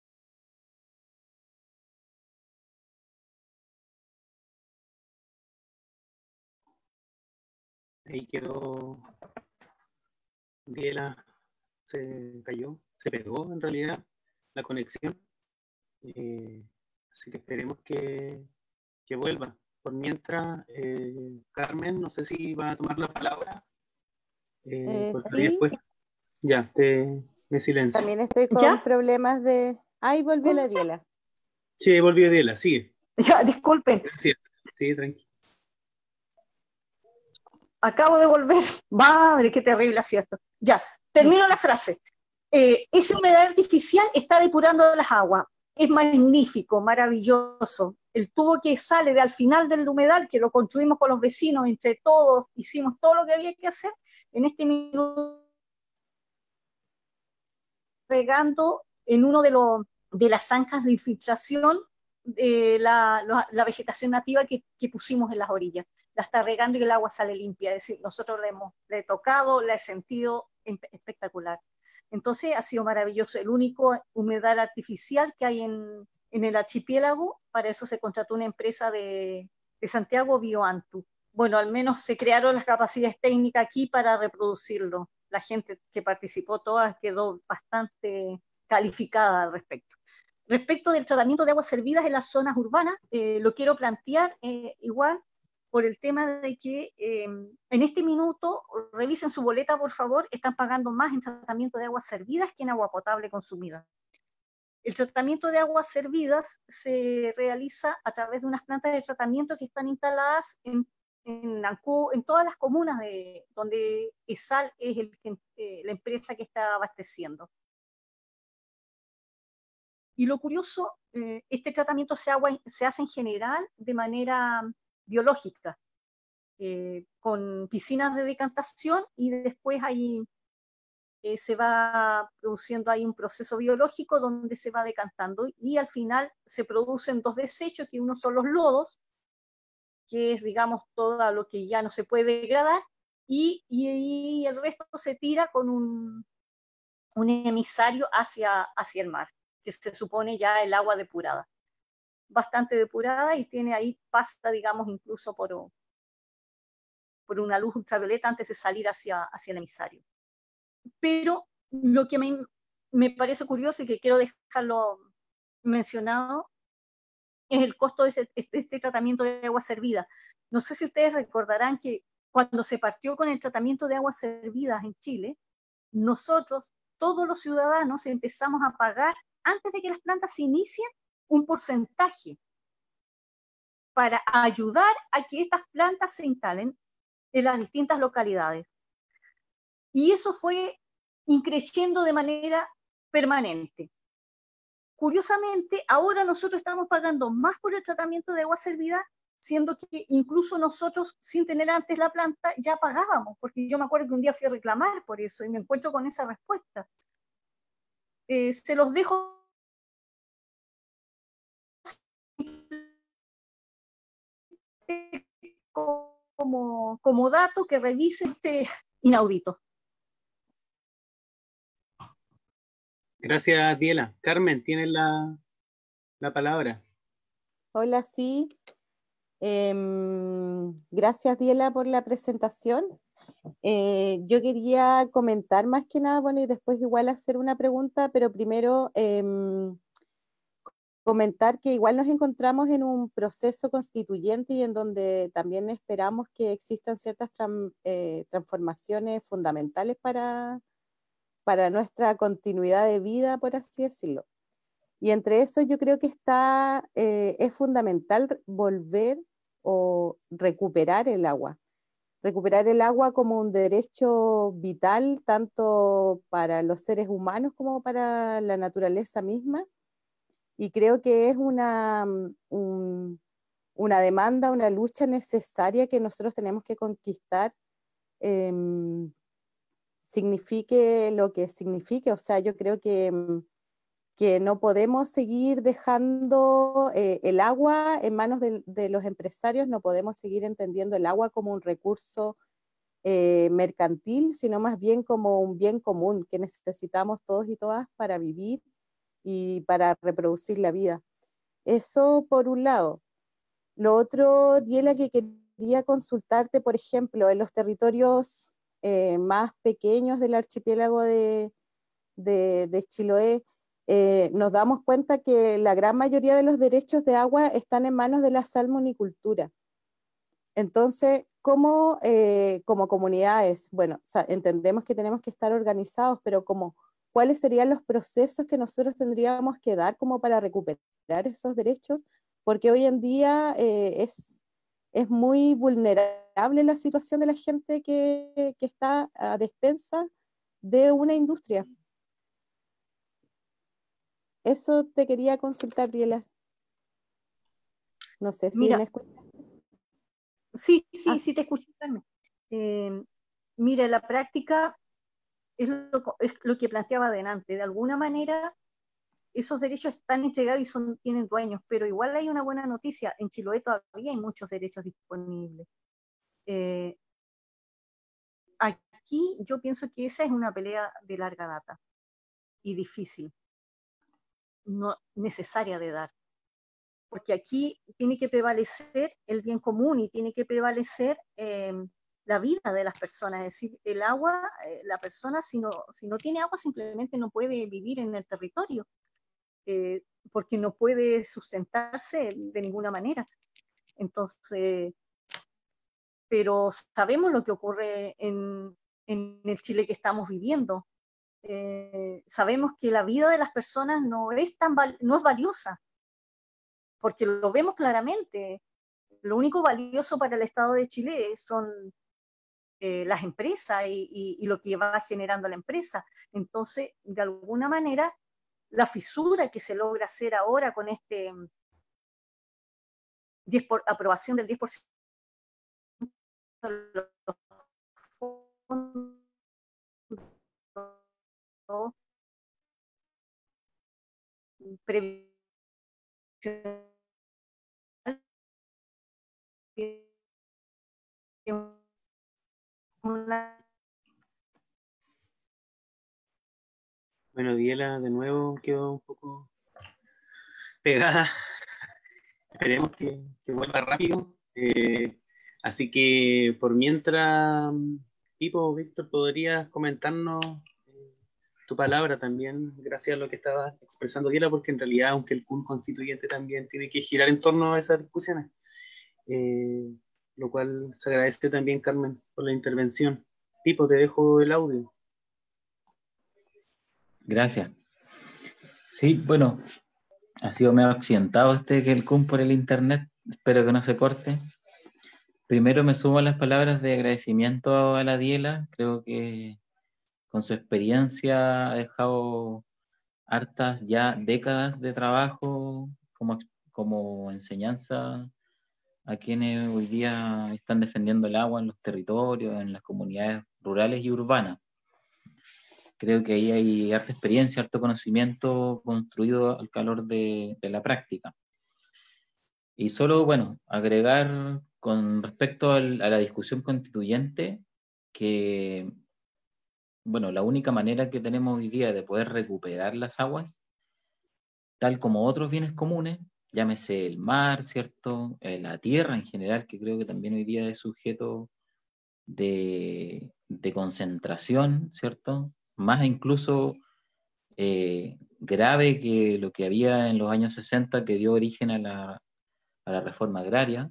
Ahí quedó Diela, se cayó, se pegó en realidad la conexión. Eh, así que esperemos que, que vuelva. Por mientras, eh, Carmen, no sé si va a tomar la palabra. Eh, Eh, porque sí, después, ya, te, me silencio. también estoy con ¿Ya? problemas de... Ay, volvió la Diela. Sí, volvió Diela, sigue. Ya, disculpen. Sí, sí, tranquilo. Acabo de volver. Madre, qué terrible así esto. Ya, termino la frase. Eh, ese humedal artificial está depurando las aguas. Es magnífico, maravilloso. El tubo que sale de al final del humedal, que lo construimos con los vecinos, entre todos, hicimos todo lo que había que hacer. En este minuto, regando en uno de, los, de las zanjas de infiltración, eh, la, la, la vegetación nativa que, que pusimos en las orillas. La está regando y el agua sale limpia. Es decir, nosotros la hemos la he tocado, la he sentido espectacular. Entonces ha sido maravilloso, el único humedal artificial que hay en, en el archipiélago. Para eso se contrató una empresa de, de Santiago, Bioantu. Bueno, al menos se crearon las capacidades técnicas aquí para reproducirlo. La gente que participó toda quedó bastante calificada al respecto. Respecto del tratamiento de aguas servidas en las zonas urbanas, eh, lo quiero plantear eh, igual, por el tema de que eh, en este minuto, revisen su boleta, por favor, están pagando más en tratamiento de aguas servidas que en agua potable consumida. El tratamiento de aguas servidas se realiza a través de unas plantas de tratamiento que están instaladas en, en, Ancú, en todas las comunas de, donde ESAL es el, eh, la empresa que está abasteciendo. Y lo curioso, eh, este tratamiento se, agua, se hace en general de manera biológica, eh, con piscinas de decantación, y después ahí eh, se va produciendo ahí un proceso biológico donde se va decantando, y al final se producen dos desechos, que uno son los lodos, que es, digamos, todo lo que ya no se puede degradar, y, y, y el resto se tira con un, un emisario hacia, hacia el mar, que se supone ya el agua depurada. Bastante depurada, y tiene ahí, pasa, digamos, incluso por, por una luz ultravioleta antes de salir hacia, hacia el emisario. Pero lo que me, me parece curioso y que quiero dejarlo mencionado es el costo de, ese, de este tratamiento de agua servida. No sé si ustedes recordarán que cuando se partió con el tratamiento de aguas servidas en Chile, nosotros, todos los ciudadanos, empezamos a pagar, antes de que las plantas se inicien, un porcentaje para ayudar a que estas plantas se instalen en las distintas localidades. y eso fue increciendo de manera permanente. Curiosamente, ahora nosotros estamos pagando más por el tratamiento de agua servida, siendo que incluso nosotros, sin tener antes la planta, ya pagábamos, porque yo me acuerdo que un día fui a reclamar por eso y me encuentro con esa respuesta. Eh, se los dejo como, como dato que revise este inaudito. Gracias, Diela. Carmen, tienes la, la palabra. Hola, sí. Em, gracias, Diela, por la presentación. Eh, yo quería comentar más que nada, bueno, y después igual hacer una pregunta, pero primero em, comentar que igual nos encontramos en un proceso constituyente y en donde también esperamos que existan ciertas tran, eh, transformaciones fundamentales para, para nuestra continuidad de vida, por así decirlo. Y entre eso yo creo que está, eh, es fundamental volver o recuperar el agua. Recuperar el agua como un derecho vital, tanto para los seres humanos como para la naturaleza misma. Y creo que es una, un, una demanda, una lucha necesaria que nosotros tenemos que conquistar, eh, signifique lo que signifique. O sea, yo creo que, que no podemos seguir dejando eh, el agua en manos de, de los empresarios, no podemos seguir entendiendo el agua como un recurso eh, mercantil, sino más bien como un bien común que necesitamos todos y todas para vivir y para reproducir la vida. Eso por un lado. Lo otro, Diela, que quería consultarte, por ejemplo, en los territorios eh, más pequeños del archipiélago de, de, de Chiloé, eh, nos damos cuenta que la gran mayoría de los derechos de agua están en manos de la salmonicultura. Entonces, ¿cómo eh, como comunidades, bueno, o sea, entendemos que tenemos que estar organizados, pero como ¿cuáles serían los procesos que nosotros tendríamos que dar como para recuperar esos derechos? Porque hoy en día eh, es, es muy vulnerable la situación de la gente que, que está a despensa de una industria. Eso te quería consultar, Diela. No sé si Mira, me escuchas. Sí, sí, Ah. sí te escucho, Carmen. Eh, mira, la práctica es lo, es lo que planteaba adelante. De alguna manera, esos derechos están entregados y son, tienen dueños, pero igual hay una buena noticia. En Chiloé todavía hay muchos derechos disponibles. Eh, aquí yo pienso que esa es una pelea de larga data y difícil, no necesaria de dar. Porque aquí tiene que prevalecer el bien común y tiene que prevalecer eh, la vida de las personas. Es decir, el agua, eh, la persona si no, si no tiene agua simplemente no puede vivir en el territorio, eh, porque no puede sustentarse de ninguna manera. Entonces, pero sabemos lo que ocurre en, en el Chile que estamos viviendo. Eh, sabemos que la vida de las personas no es, tan val- no es valiosa, porque lo vemos claramente. Lo único valioso para el Estado de Chile son eh, las empresas y, y, y lo que va generando la empresa. Entonces, de alguna manera, la fisura que se logra hacer ahora con este diez por, aprobación del diez por ciento de los fondos previsionales una... Bueno, Diela de nuevo quedó un poco pegada. Esperemos que, que vuelva rápido. Eh, así que por mientras, Pipo, Víctor, ¿podrías comentarnos eh, tu palabra también, gracias a lo que estaba expresando Diela? Porque en realidad, aunque el C U N constituyente también tiene que girar en torno a esas discusiones, eh, lo cual se agradece también, Carmen, por la intervención. Pipo, te dejo el audio. Gracias. Sí, bueno, ha sido medio accidentado este que el C U M por el internet, espero que no se corte. Primero me sumo a las palabras de agradecimiento a la Diela, creo que con su experiencia ha dejado hartas ya décadas de trabajo como, como enseñanza a quienes hoy día están defendiendo el agua en los territorios, en las comunidades rurales y urbanas. Creo que ahí hay harta experiencia, harto conocimiento construido al calor de, de la práctica. Y solo, bueno, agregar con respecto al, a la discusión constituyente que, bueno, la única manera que tenemos hoy día de poder recuperar las aguas, tal como otros bienes comunes, llámese el mar, ¿cierto? Eh, la tierra en general, que creo que también hoy día es sujeto de, de concentración, ¿cierto? Más incluso eh, grave que lo que había en los años sesenta, que dio origen a la, a la reforma agraria,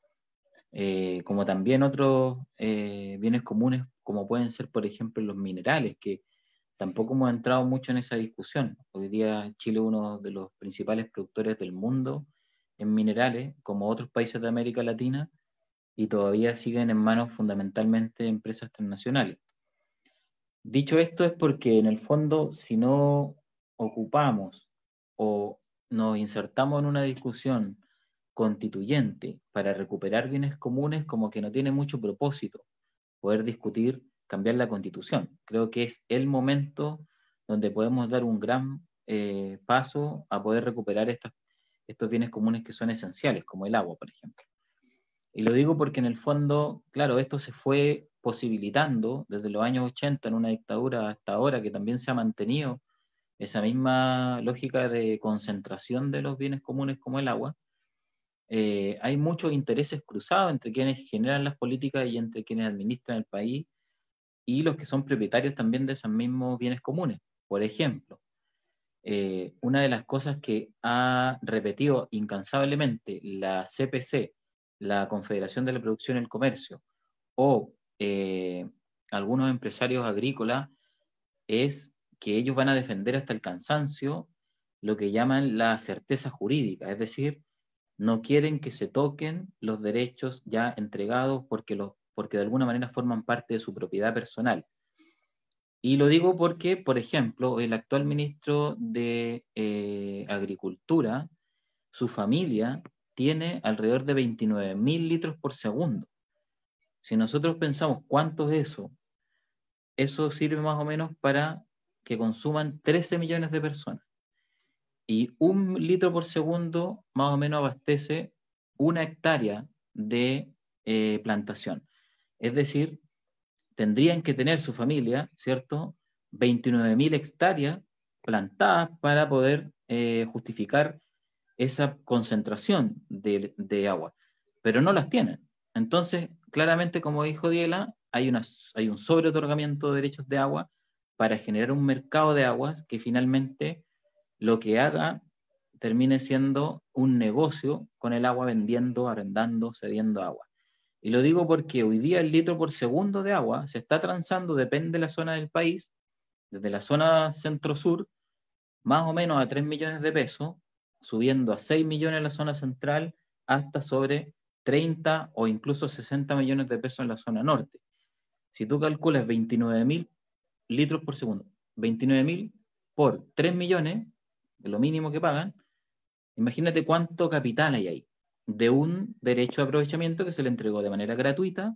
eh, como también otros eh, bienes comunes, como pueden ser, por ejemplo, los minerales, que tampoco hemos entrado mucho en esa discusión. Hoy día Chile es uno de los principales productores del mundo en minerales, como otros países de América Latina, y todavía siguen en manos fundamentalmente de empresas transnacionales. Dicho esto es porque en el fondo, si no ocupamos o nos insertamos en una discusión constituyente para recuperar bienes comunes, como que no tiene mucho propósito poder discutir cambiar la Constitución. Creo que es el momento donde podemos dar un gran eh, paso a poder recuperar estas, estos bienes comunes que son esenciales, como el agua, por ejemplo. Y lo digo porque en el fondo, claro, esto se fue posibilitando desde los años ochenta en una dictadura hasta ahora, que también se ha mantenido esa misma lógica de concentración de los bienes comunes como el agua. Eh, hay muchos intereses cruzados entre quienes generan las políticas y entre quienes administran el país y los que son propietarios también de esos mismos bienes comunes. Por ejemplo, eh, una de las cosas que ha repetido incansablemente la C P C, la Confederación de la Producción y el Comercio, o eh, algunos empresarios agrícolas, es que ellos van a defender hasta el cansancio lo que llaman la certeza jurídica, es decir, no quieren que se toquen los derechos ya entregados porque, los, porque de alguna manera forman parte de su propiedad personal. Y lo digo porque, por ejemplo, el actual ministro de eh, Agricultura, su familia tiene alrededor de veintinueve mil litros por segundo. Si nosotros pensamos cuánto es eso, eso sirve más o menos para que consuman trece millones de personas. Y un litro por segundo más o menos abastece una hectárea de eh, plantación. Es decir, tendrían que tener su familia, ¿cierto?, veintinueve mil hectáreas plantadas para poder eh, justificar esa concentración de, de agua, pero no las tienen. Entonces, claramente, como dijo Diela, hay, una, hay un sobreotorgamiento de derechos de agua para generar un mercado de aguas que finalmente lo que haga termine siendo un negocio con el agua, vendiendo, arrendando, cediendo agua. Y lo digo porque hoy día el litro por segundo de agua se está transando, depende de la zona del país, desde la zona centro-sur, más o menos a tres millones de pesos, subiendo a seis millones en la zona central, hasta sobre treinta o incluso sesenta millones de pesos en la zona norte. Si tú calculas veintinueve mil litros por segundo, veintinueve mil por tres millones, lo mínimo que pagan, imagínate cuánto capital hay ahí, de un derecho de aprovechamiento que se le entregó de manera gratuita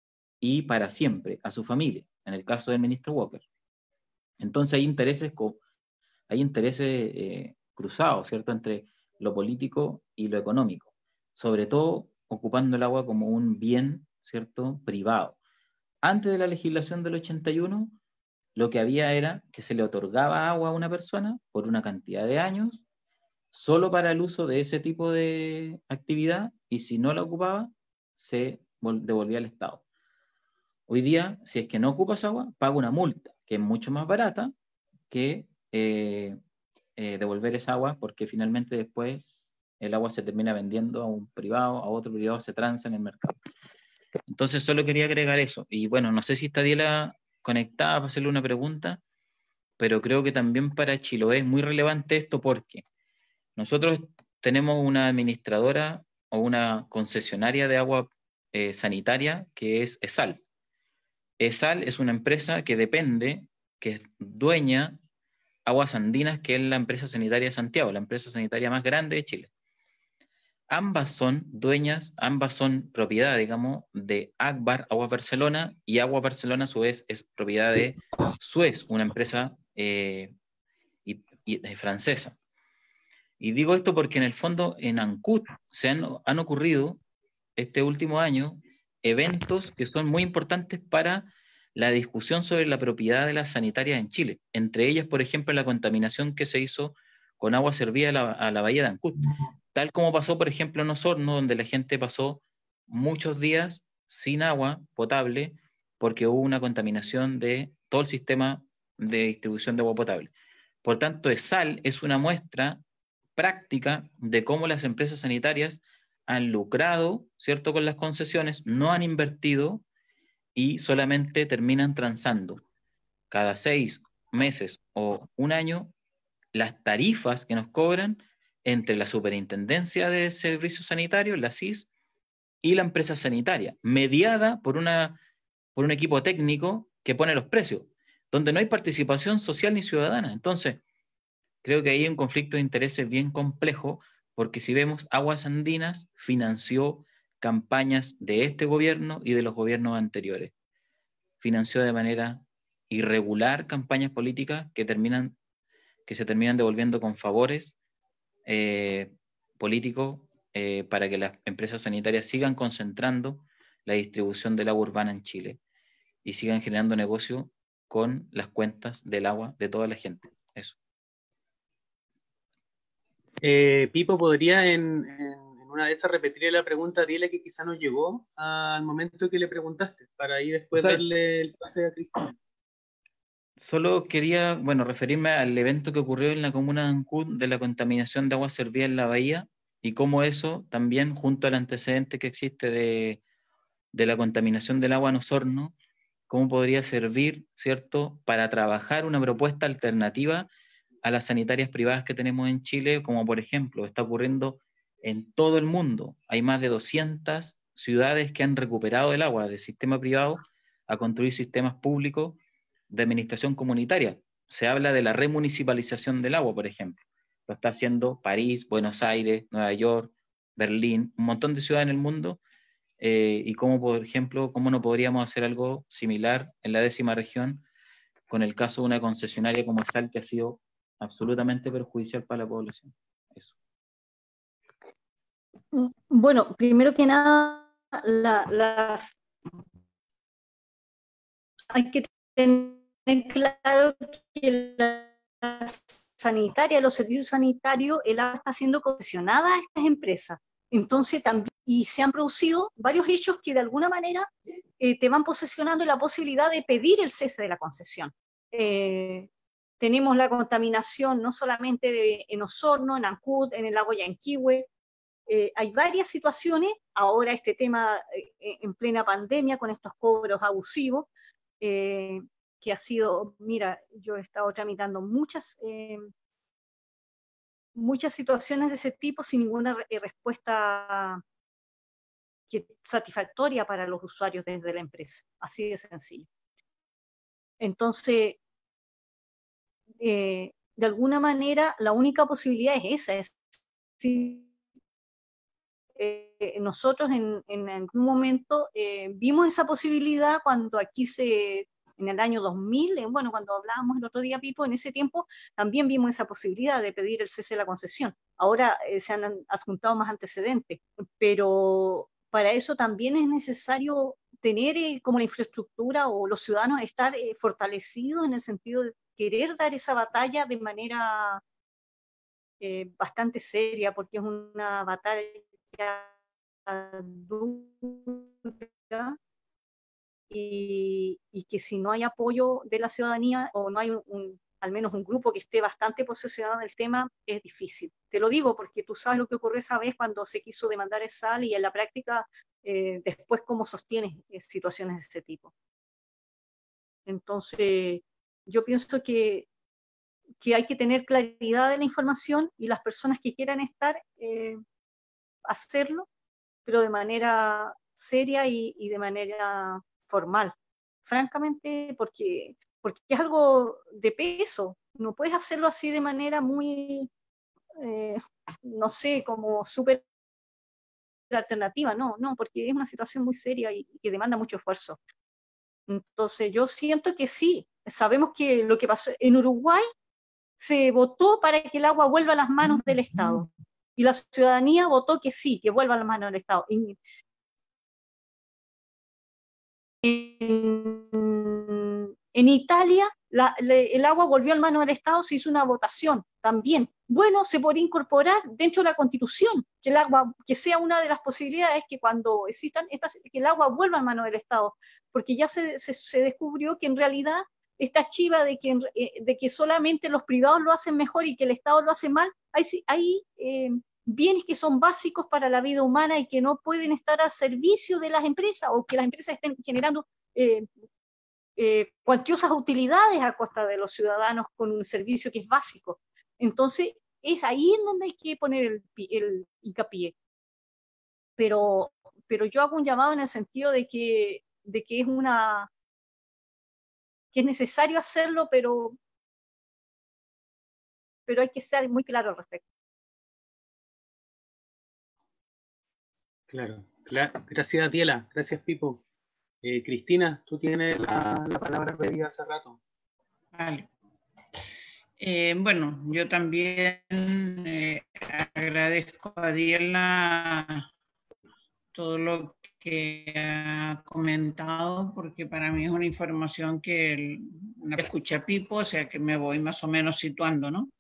y para siempre a su familia, en el caso del ministro Walker. Entonces hay intereses, hay intereses eh, cruzados, ¿cierto?, entre lo político y lo económico, sobre todo ocupando el agua como un bien, ¿cierto?, privado. Antes de la legislación del ochenta y uno, lo que había era que se le otorgaba agua a una persona por una cantidad de años, solo para el uso de ese tipo de actividad, y si no la ocupaba, se devolvía al Estado. Hoy día, si es que no ocupas agua, paga una multa, que es mucho más barata que eh, eh, devolver esa agua, porque finalmente después el agua se termina vendiendo a un privado, a otro privado, se transa en el mercado. Entonces solo quería agregar eso. Y bueno, no sé si está Diela conectada para hacerle una pregunta, pero creo que también para Chiloé es muy relevante esto porque nosotros tenemos una administradora o una concesionaria de agua eh, sanitaria que es ESAL. ESAL es una empresa que depende que es dueña Aguas Andinas, que es la empresa sanitaria de Santiago, la empresa sanitaria más grande de Chile. Ambas son dueñas, ambas son propiedad, digamos, de Agbar, Aguas Barcelona, y Aguas Barcelona a su vez es propiedad de Suez, una empresa eh, y, y, eh, francesa. Y digo esto porque en el fondo en Ancud se han, han ocurrido este último año eventos que son muy importantes para la discusión sobre la propiedad de las sanitarias en Chile. Entre ellas, por ejemplo, la contaminación que se hizo con agua servida a la, a la bahía de Ancud. Tal como pasó, por ejemplo, en Osorno, donde la gente pasó muchos días sin agua potable porque hubo una contaminación de todo el sistema de distribución de agua potable. Por tanto, ESAL es una muestra práctica de cómo las empresas sanitarias han lucrado, ¿cierto?, con las concesiones, no han invertido y solamente terminan transando cada seis meses o un año las tarifas que nos cobran entre la Superintendencia de Servicios Sanitarios, la S I S, y la empresa sanitaria, mediada por, una, por un equipo técnico que pone los precios, donde no hay participación social ni ciudadana. Entonces, creo que ahí hay un conflicto de intereses bien complejo, porque si vemos, Aguas Andinas financió campañas de este gobierno y de los gobiernos anteriores. Financió de manera irregular campañas políticas que, terminan, que se terminan devolviendo con favores eh, políticos eh, para que las empresas sanitarias sigan concentrando la distribución del agua urbana en Chile y sigan generando negocio con las cuentas del agua de toda la gente. Eso. Eh, Pipo, ¿podría en, en, en una de esas repetirle la pregunta? Dile que quizá no llegó al momento que le preguntaste, para ahí después o sea, darle el pase a Cristina. Solo quería, bueno, referirme al evento que ocurrió en la comuna de Ancud de la contaminación de agua servida en la bahía y cómo eso también, junto al antecedente que existe de, de la contaminación del agua en Osorno, cómo podría servir, ¿cierto?, para trabajar una propuesta alternativa a las sanitarias privadas que tenemos en Chile, como por ejemplo está ocurriendo en todo el mundo. Hay más de doscientas ciudades que han recuperado el agua del sistema privado a construir sistemas públicos de administración comunitaria. Se habla de la remunicipalización del agua, por ejemplo. Lo está haciendo París, Buenos Aires, Nueva York, Berlín, un montón de ciudades en el mundo, eh, y cómo, por ejemplo, cómo no podríamos hacer algo similar en la décima región con el caso de una concesionaria como ESAL, que ha sido absolutamente perjudicial para la población. Eso. Bueno, primero que nada, la, la... hay que tener claro que la sanitaria, los servicios sanitarios, el agua está siendo concesionada a estas empresas. Entonces también, y se han producido varios hechos que de alguna manera eh, te van posesionando la posibilidad de pedir el cese de la concesión. Eh, tenemos la contaminación no solamente de, en Osorno, en Ancud, en el lago Yanquihue. Eh, hay varias situaciones, ahora este tema eh, en plena pandemia con estos cobros abusivos, eh, que ha sido, mira, yo he estado tramitando muchas, eh, muchas situaciones de ese tipo sin ninguna re respuesta que, satisfactoria para los usuarios desde la empresa, así de sencillo. Entonces, eh, de alguna manera, la única posibilidad es esa, es si eh, nosotros en, en algún momento eh, vimos esa posibilidad cuando aquí se, en el año dos mil, eh, bueno, cuando hablábamos el otro día, Pipo, en ese tiempo también vimos esa posibilidad de pedir el cese de la concesión. Ahora eh, se han adjuntado más antecedentes, pero para eso también es necesario tener eh, como la infraestructura o los ciudadanos estar eh, fortalecidos en el sentido de querer dar esa batalla de manera eh, bastante seria, porque es una batalla dura y, y que si no hay apoyo de la ciudadanía o no hay un, un, al menos un grupo que esté bastante posesionado en el tema, es difícil. Te lo digo porque tú sabes lo que ocurrió esa vez cuando se quiso demandar ESAL y en la práctica eh, después cómo sostienes eh, situaciones de ese tipo. Entonces, yo pienso que, que hay que tener claridad de la información y las personas que quieran estar, eh, hacerlo, pero de manera seria y, y de manera formal. Francamente, porque porque es algo de peso. No puedes hacerlo así de manera muy, eh, no sé, como súper alternativa, no, no, porque es una situación muy seria y que demanda mucho esfuerzo. Entonces yo siento que sí, sabemos que lo que pasó en Uruguay se votó para que el agua vuelva a las manos del Estado, y la ciudadanía votó que sí, que vuelva a las manos del Estado. En, en, en Italia la, le, el agua volvió a las manos del Estado, se hizo una votación también. Bueno, se podría incorporar dentro de la Constitución que el agua, que sea una de las posibilidades que cuando existan estas, que el agua vuelva a manos del Estado, porque ya se, se, se descubrió que en realidad esta chiva de que, de que solamente los privados lo hacen mejor y que el Estado lo hace mal, hay, hay eh, bienes que son básicos para la vida humana y que no pueden estar al servicio de las empresas, o que las empresas estén generando eh, eh, cuantiosas utilidades a costa de los ciudadanos con un servicio que es básico. Entonces, es ahí en donde hay que poner el, el hincapié. Pero, pero yo hago un llamado en el sentido de que, de que es una... que es necesario hacerlo, pero, pero hay que ser muy claro al respecto. Claro, claro. Gracias, Diela. Gracias, Pipo. Eh, Cristina, tú tienes la, la palabra pedida hace rato. Vale. Eh, bueno, yo también eh, agradezco a Diela todo lo que ha comentado, porque para mí es una información que una vez escuché a Pipo, o sea que me voy más o menos situando, ¿no?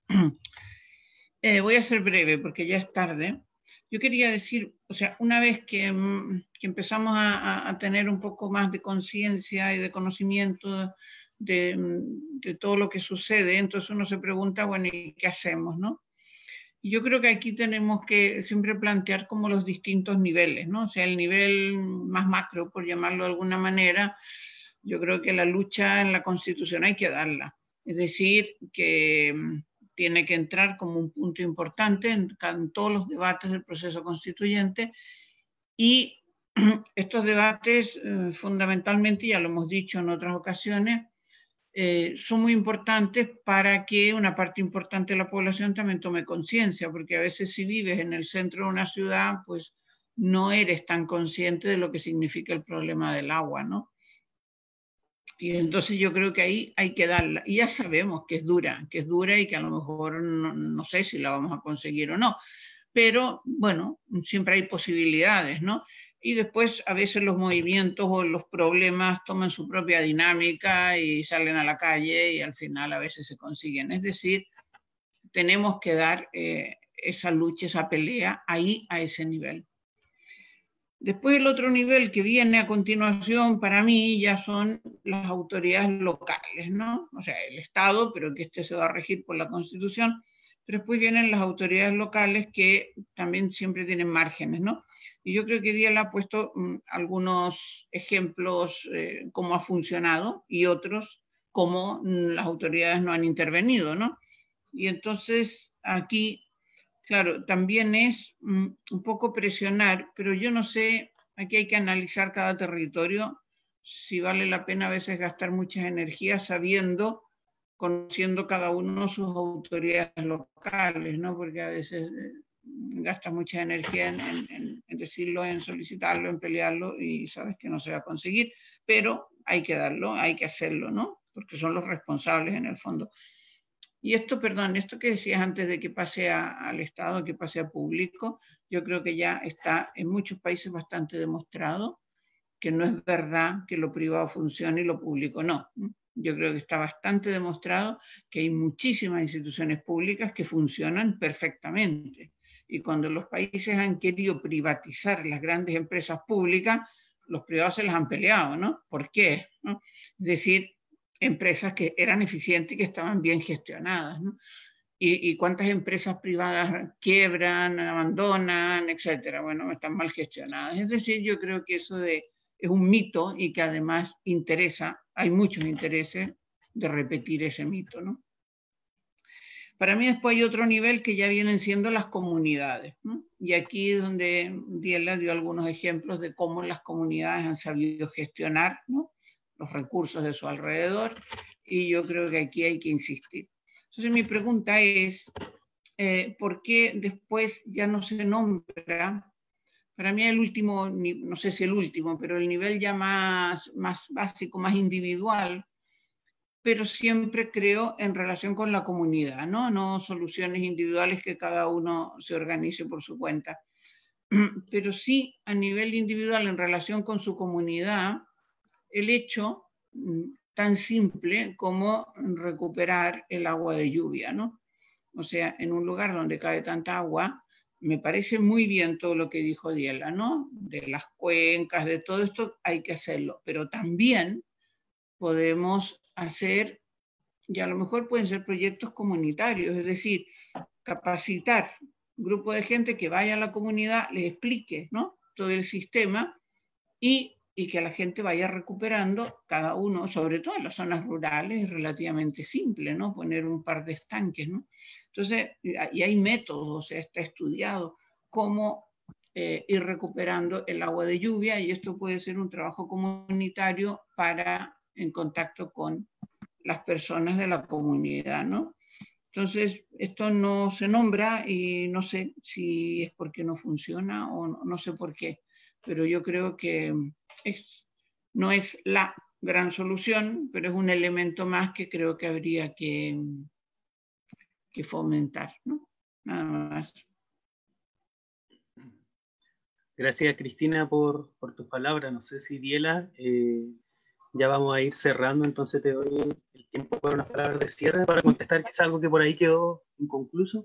Eh, voy a ser breve porque ya es tarde. Yo quería decir, o sea, una vez que, que empezamos a, a tener un poco más de conciencia y de conocimiento de, de todo lo que sucede, entonces uno se pregunta, bueno, ¿y qué hacemos, no? Y yo creo que aquí tenemos que siempre plantear como los distintos niveles, ¿no? O sea, el nivel más macro, por llamarlo de alguna manera, yo creo que la lucha en la Constitución hay que darla. Es decir, que tiene que entrar como un punto importante en, en todos los debates del proceso constituyente, y estos debates eh, fundamentalmente, ya lo hemos dicho en otras ocasiones, eh, son muy importantes para que una parte importante de la población también tome conciencia, porque a veces si vives en el centro de una ciudad, pues no eres tan consciente de lo que significa el problema del agua, ¿no? Y entonces yo creo que ahí hay que darla. Y ya sabemos que es dura, que es dura y que a lo mejor no, no sé si la vamos a conseguir o no. Pero bueno, siempre hay posibilidades, ¿no? Y después a veces los movimientos o los problemas toman su propia dinámica y salen a la calle y al final a veces se consiguen. Es decir, tenemos que dar eh, esa lucha, esa pelea ahí a ese nivel. Después el otro nivel que viene a continuación para mí ya son las autoridades locales, ¿no? O sea, el Estado, pero que este se va a regir por la Constitución, pero después vienen las autoridades locales que también siempre tienen márgenes, ¿no? Y yo creo que Diela ha puesto um, algunos ejemplos eh, cómo ha funcionado y otros cómo um, las autoridades no han intervenido, ¿no? Y entonces aquí... Claro, también es mm, un poco presionar, pero yo no sé, aquí hay que analizar cada territorio, si vale la pena a veces gastar muchas energías sabiendo, conociendo cada uno sus autoridades locales, ¿no? Porque a veces eh, gastas mucha energía en, en, en decirlo, en solicitarlo, en pelearlo y sabes que no se va a conseguir, pero hay que darlo, hay que hacerlo, ¿no? Porque son los responsables en el fondo. Y esto, perdón, esto que decías antes de que pase a, al Estado, que pase a público, yo creo que ya está en muchos países bastante demostrado que no es verdad que lo privado funcione y lo público no. Yo creo que está bastante demostrado que hay muchísimas instituciones públicas que funcionan perfectamente. Y cuando los países han querido privatizar las grandes empresas públicas, los privados se las han peleado, ¿no? ¿Por qué? ¿No? Es decir, empresas que eran eficientes y que estaban bien gestionadas, ¿no? Y, y cuántas empresas privadas quiebran, abandonan, etcétera. Bueno, están mal gestionadas. Es decir, yo creo que eso de, es un mito y que además interesa, hay muchos intereses de repetir ese mito, ¿no? Para mí después hay otro nivel que ya vienen siendo las comunidades, ¿no? Y aquí es donde Diela dio algunos ejemplos de cómo las comunidades han sabido gestionar, ¿no?, los recursos de su alrededor, y yo creo que aquí hay que insistir. Entonces mi pregunta es, eh, ¿por qué después ya no se nombra? Para mí el último, no sé si el último, pero el nivel ya más, más básico, más individual, pero siempre creo en relación con la comunidad, ¿no? No soluciones individuales que cada uno se organice por su cuenta, pero sí a nivel individual en relación con su comunidad, el hecho tan simple como recuperar el agua de lluvia, ¿no? O sea, en un lugar donde cae tanta agua, me parece muy bien todo lo que dijo Diela, ¿no? De las cuencas, de todo esto hay que hacerlo, pero también podemos hacer, y a lo mejor pueden ser proyectos comunitarios, es decir, capacitar un grupo de gente que vaya a la comunidad, le explique, ¿no? Todo el sistema y, y que la gente vaya recuperando cada uno, sobre todo en las zonas rurales, es relativamente simple, ¿no? Poner un par de estanques, ¿no? Entonces, y hay métodos, o sea, está estudiado cómo eh, ir recuperando el agua de lluvia, y esto puede ser un trabajo comunitario para, en contacto con las personas de la comunidad, ¿no? Entonces, esto no se nombra y no sé si es porque no funciona o no, no sé por qué, pero yo creo que es, no es la gran solución, pero es un elemento más que creo que habría que, que fomentar, ¿no? Nada más. Gracias, Cristina, por, por tus palabras. No sé si Diela, eh, ya vamos a ir cerrando, entonces te doy el tiempo para unas palabras de cierre, para contestar quizás algo que por ahí quedó inconcluso.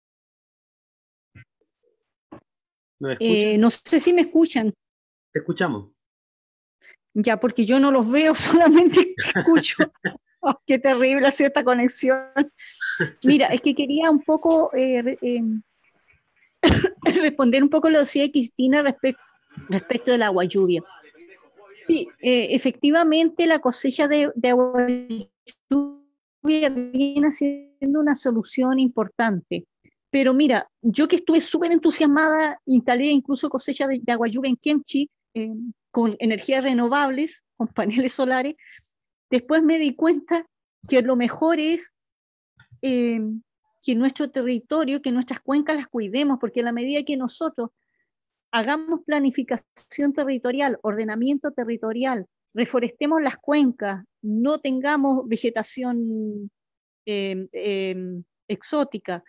¿Nos escuchas? Eh, no sé si me escuchan. Te escuchamos. Ya, porque yo no los veo, solamente escucho. Oh, qué terrible hacer esta conexión. Mira, es que quería un poco eh, eh, responder un poco lo que decía Cristina respect, respecto del agua lluvia. Sí, eh, efectivamente la cosecha de, de agua lluvia viene siendo una solución importante. Pero mira, yo que estuve súper entusiasmada, instalé incluso cosecha de, de agua lluvia en Kemchi, eh, con energías renovables, con paneles solares. Después me di cuenta que lo mejor es eh, que nuestro territorio, que nuestras cuencas las cuidemos, porque a la medida que nosotros hagamos planificación territorial, ordenamiento territorial, reforestemos las cuencas, no tengamos vegetación eh, eh, exótica,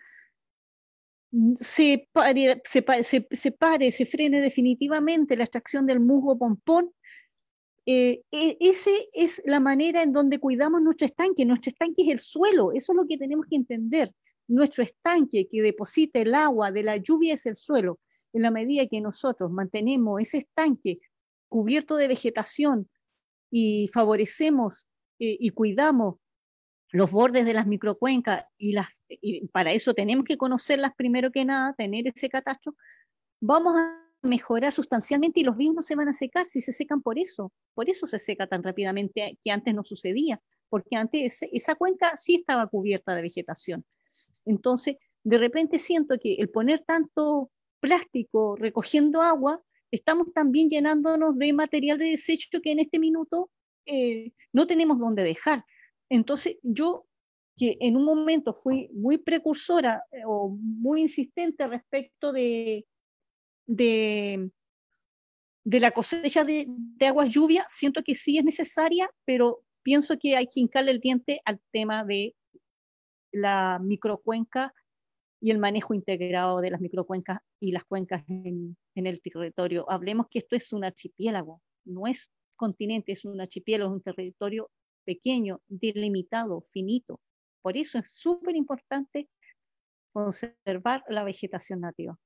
se pare, se, se, se pare, se frene definitivamente la extracción del musgo pompón, eh, esa es la manera en donde cuidamos nuestro estanque. Nuestro estanque es el suelo, eso es lo que tenemos que entender. Nuestro estanque que deposita el agua de la lluvia es el suelo. En la medida que nosotros mantenemos ese estanque cubierto de vegetación y favorecemos eh, y cuidamos los bordes de las microcuencas, y, las, y para eso tenemos que conocerlas primero que nada, tener ese catastro, vamos a mejorar sustancialmente, y los ríos no se van a secar si se secan por eso. Por eso se seca tan rápidamente, que antes no sucedía, porque antes esa cuenca sí estaba cubierta de vegetación. Entonces, de repente siento que el poner tanto plástico recogiendo agua, estamos también llenándonos de material de desecho que en este minuto eh, no tenemos dónde dejar. Entonces, yo, que en un momento fui muy precursora eh, o muy insistente respecto de, de, de la cosecha de, de aguas lluvia, siento que sí es necesaria, pero pienso que hay que hincarle el diente al tema de la microcuenca y el manejo integrado de las microcuencas y las cuencas en, en el territorio. Hablemos que esto es un archipiélago, no es continente, es un archipiélago, es un territorio pequeño, delimitado, finito. Por eso es súper importante conservar la vegetación nativa.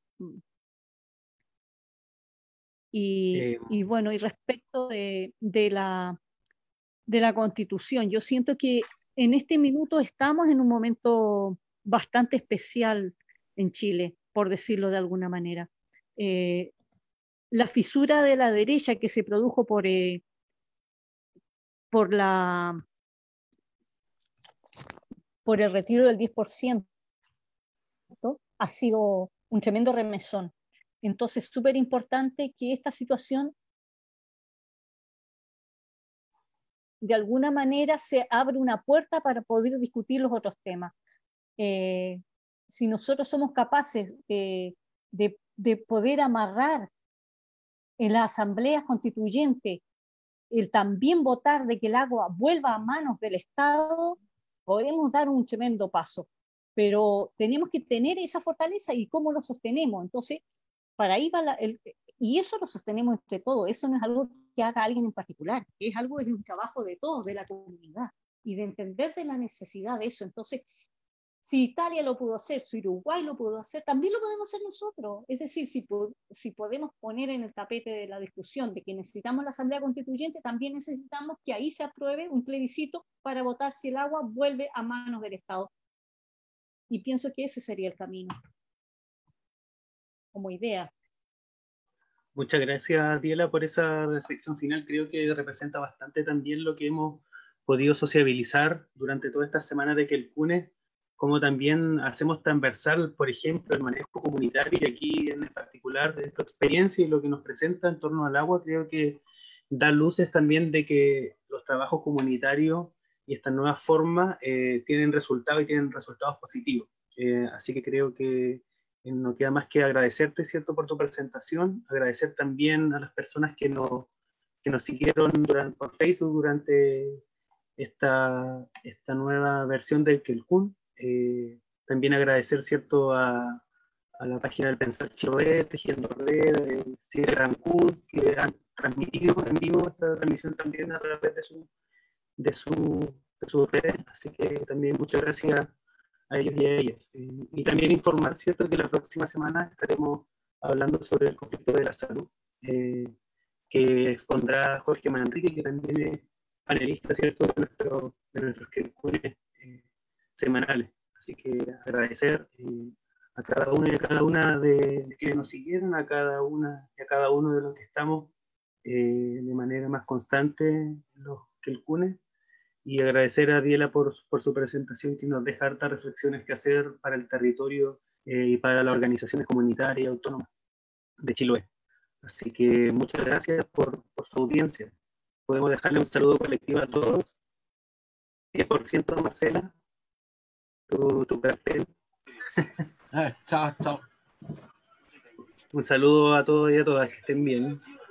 Y, eh, y bueno, y respecto de, de, la, de la Constitución, yo siento que en este minuto estamos en un momento bastante especial en Chile, por decirlo de alguna manera. Eh, la fisura de la derecha que se produjo por, eh, por, la, por el retiro del diez por ciento ha sido un tremendo remesón. Entonces es súper importante que esta situación de alguna manera se abre una puerta para poder discutir los otros temas. Eh, si nosotros somos capaces de, de, de poder amarrar en la asamblea constituyente el también votar de que el agua vuelva a manos del Estado, podemos dar un tremendo paso. Pero tenemos que tener esa fortaleza y cómo lo sostenemos. Entonces, para ahí va la, el, y eso lo sostenemos entre todos. Eso no es algo que haga alguien en particular, es algo, es un trabajo de todos, de la comunidad, y de entender de la necesidad de eso. Entonces, si Italia lo pudo hacer, si Uruguay lo pudo hacer, también lo podemos hacer nosotros. Es decir, si, si podemos poner en el tapete de la discusión de que necesitamos la Asamblea Constituyente, también necesitamos que ahí se apruebe un plebiscito para votar si el agua vuelve a manos del Estado. Y pienso que ese sería el camino, como idea. Muchas gracias, Diela, por esa reflexión final. Creo que representa bastante también lo que hemos podido sociabilizar durante toda esta semana de Quilpué, como también hacemos transversal, por ejemplo, el manejo comunitario, y aquí en particular de tu experiencia y lo que nos presenta en torno al agua, creo que da luces también de que los trabajos comunitarios y estas nuevas formas eh, tienen resultados y tienen resultados positivos. Eh, así que creo que eh, no queda más que agradecerte, ¿cierto?, por tu presentación, agradecer también a las personas que nos, que nos siguieron durante, por Facebook durante esta, esta nueva versión del Quilpué. Eh, también agradecer, ¿cierto?, a, a la página del Pensar Chiloé, Tejiendo Red, eh, Cine Rancún, que han transmitido en vivo esta transmisión también a través de su de su, de sus redes, así que también muchas gracias a ellos y a ellas. Eh, y también informar, ¿cierto?, que la próxima semana estaremos hablando sobre el conflicto de la salud, eh, que expondrá Jorge Manrique, que también es panelista, ¿cierto?, de, nuestro, de nuestros Quilpué eh, semanales. Así que agradecer eh, a cada uno y a cada una de, de quienes nos siguieron, a cada una y a cada uno de los que estamos eh, de manera más constante en los Quilpué, y agradecer a Diela por, por su presentación, que nos deja hartas reflexiones que hacer para el territorio eh, y para las organizaciones comunitarias y autónomas de Chiloé. Así que muchas gracias por, por su audiencia. Podemos dejarle un saludo colectivo a todos. diez por ciento, Marcela, tu, tu cartel. Ah, chao, chao. Un saludo a todos y a todas, que estén bien.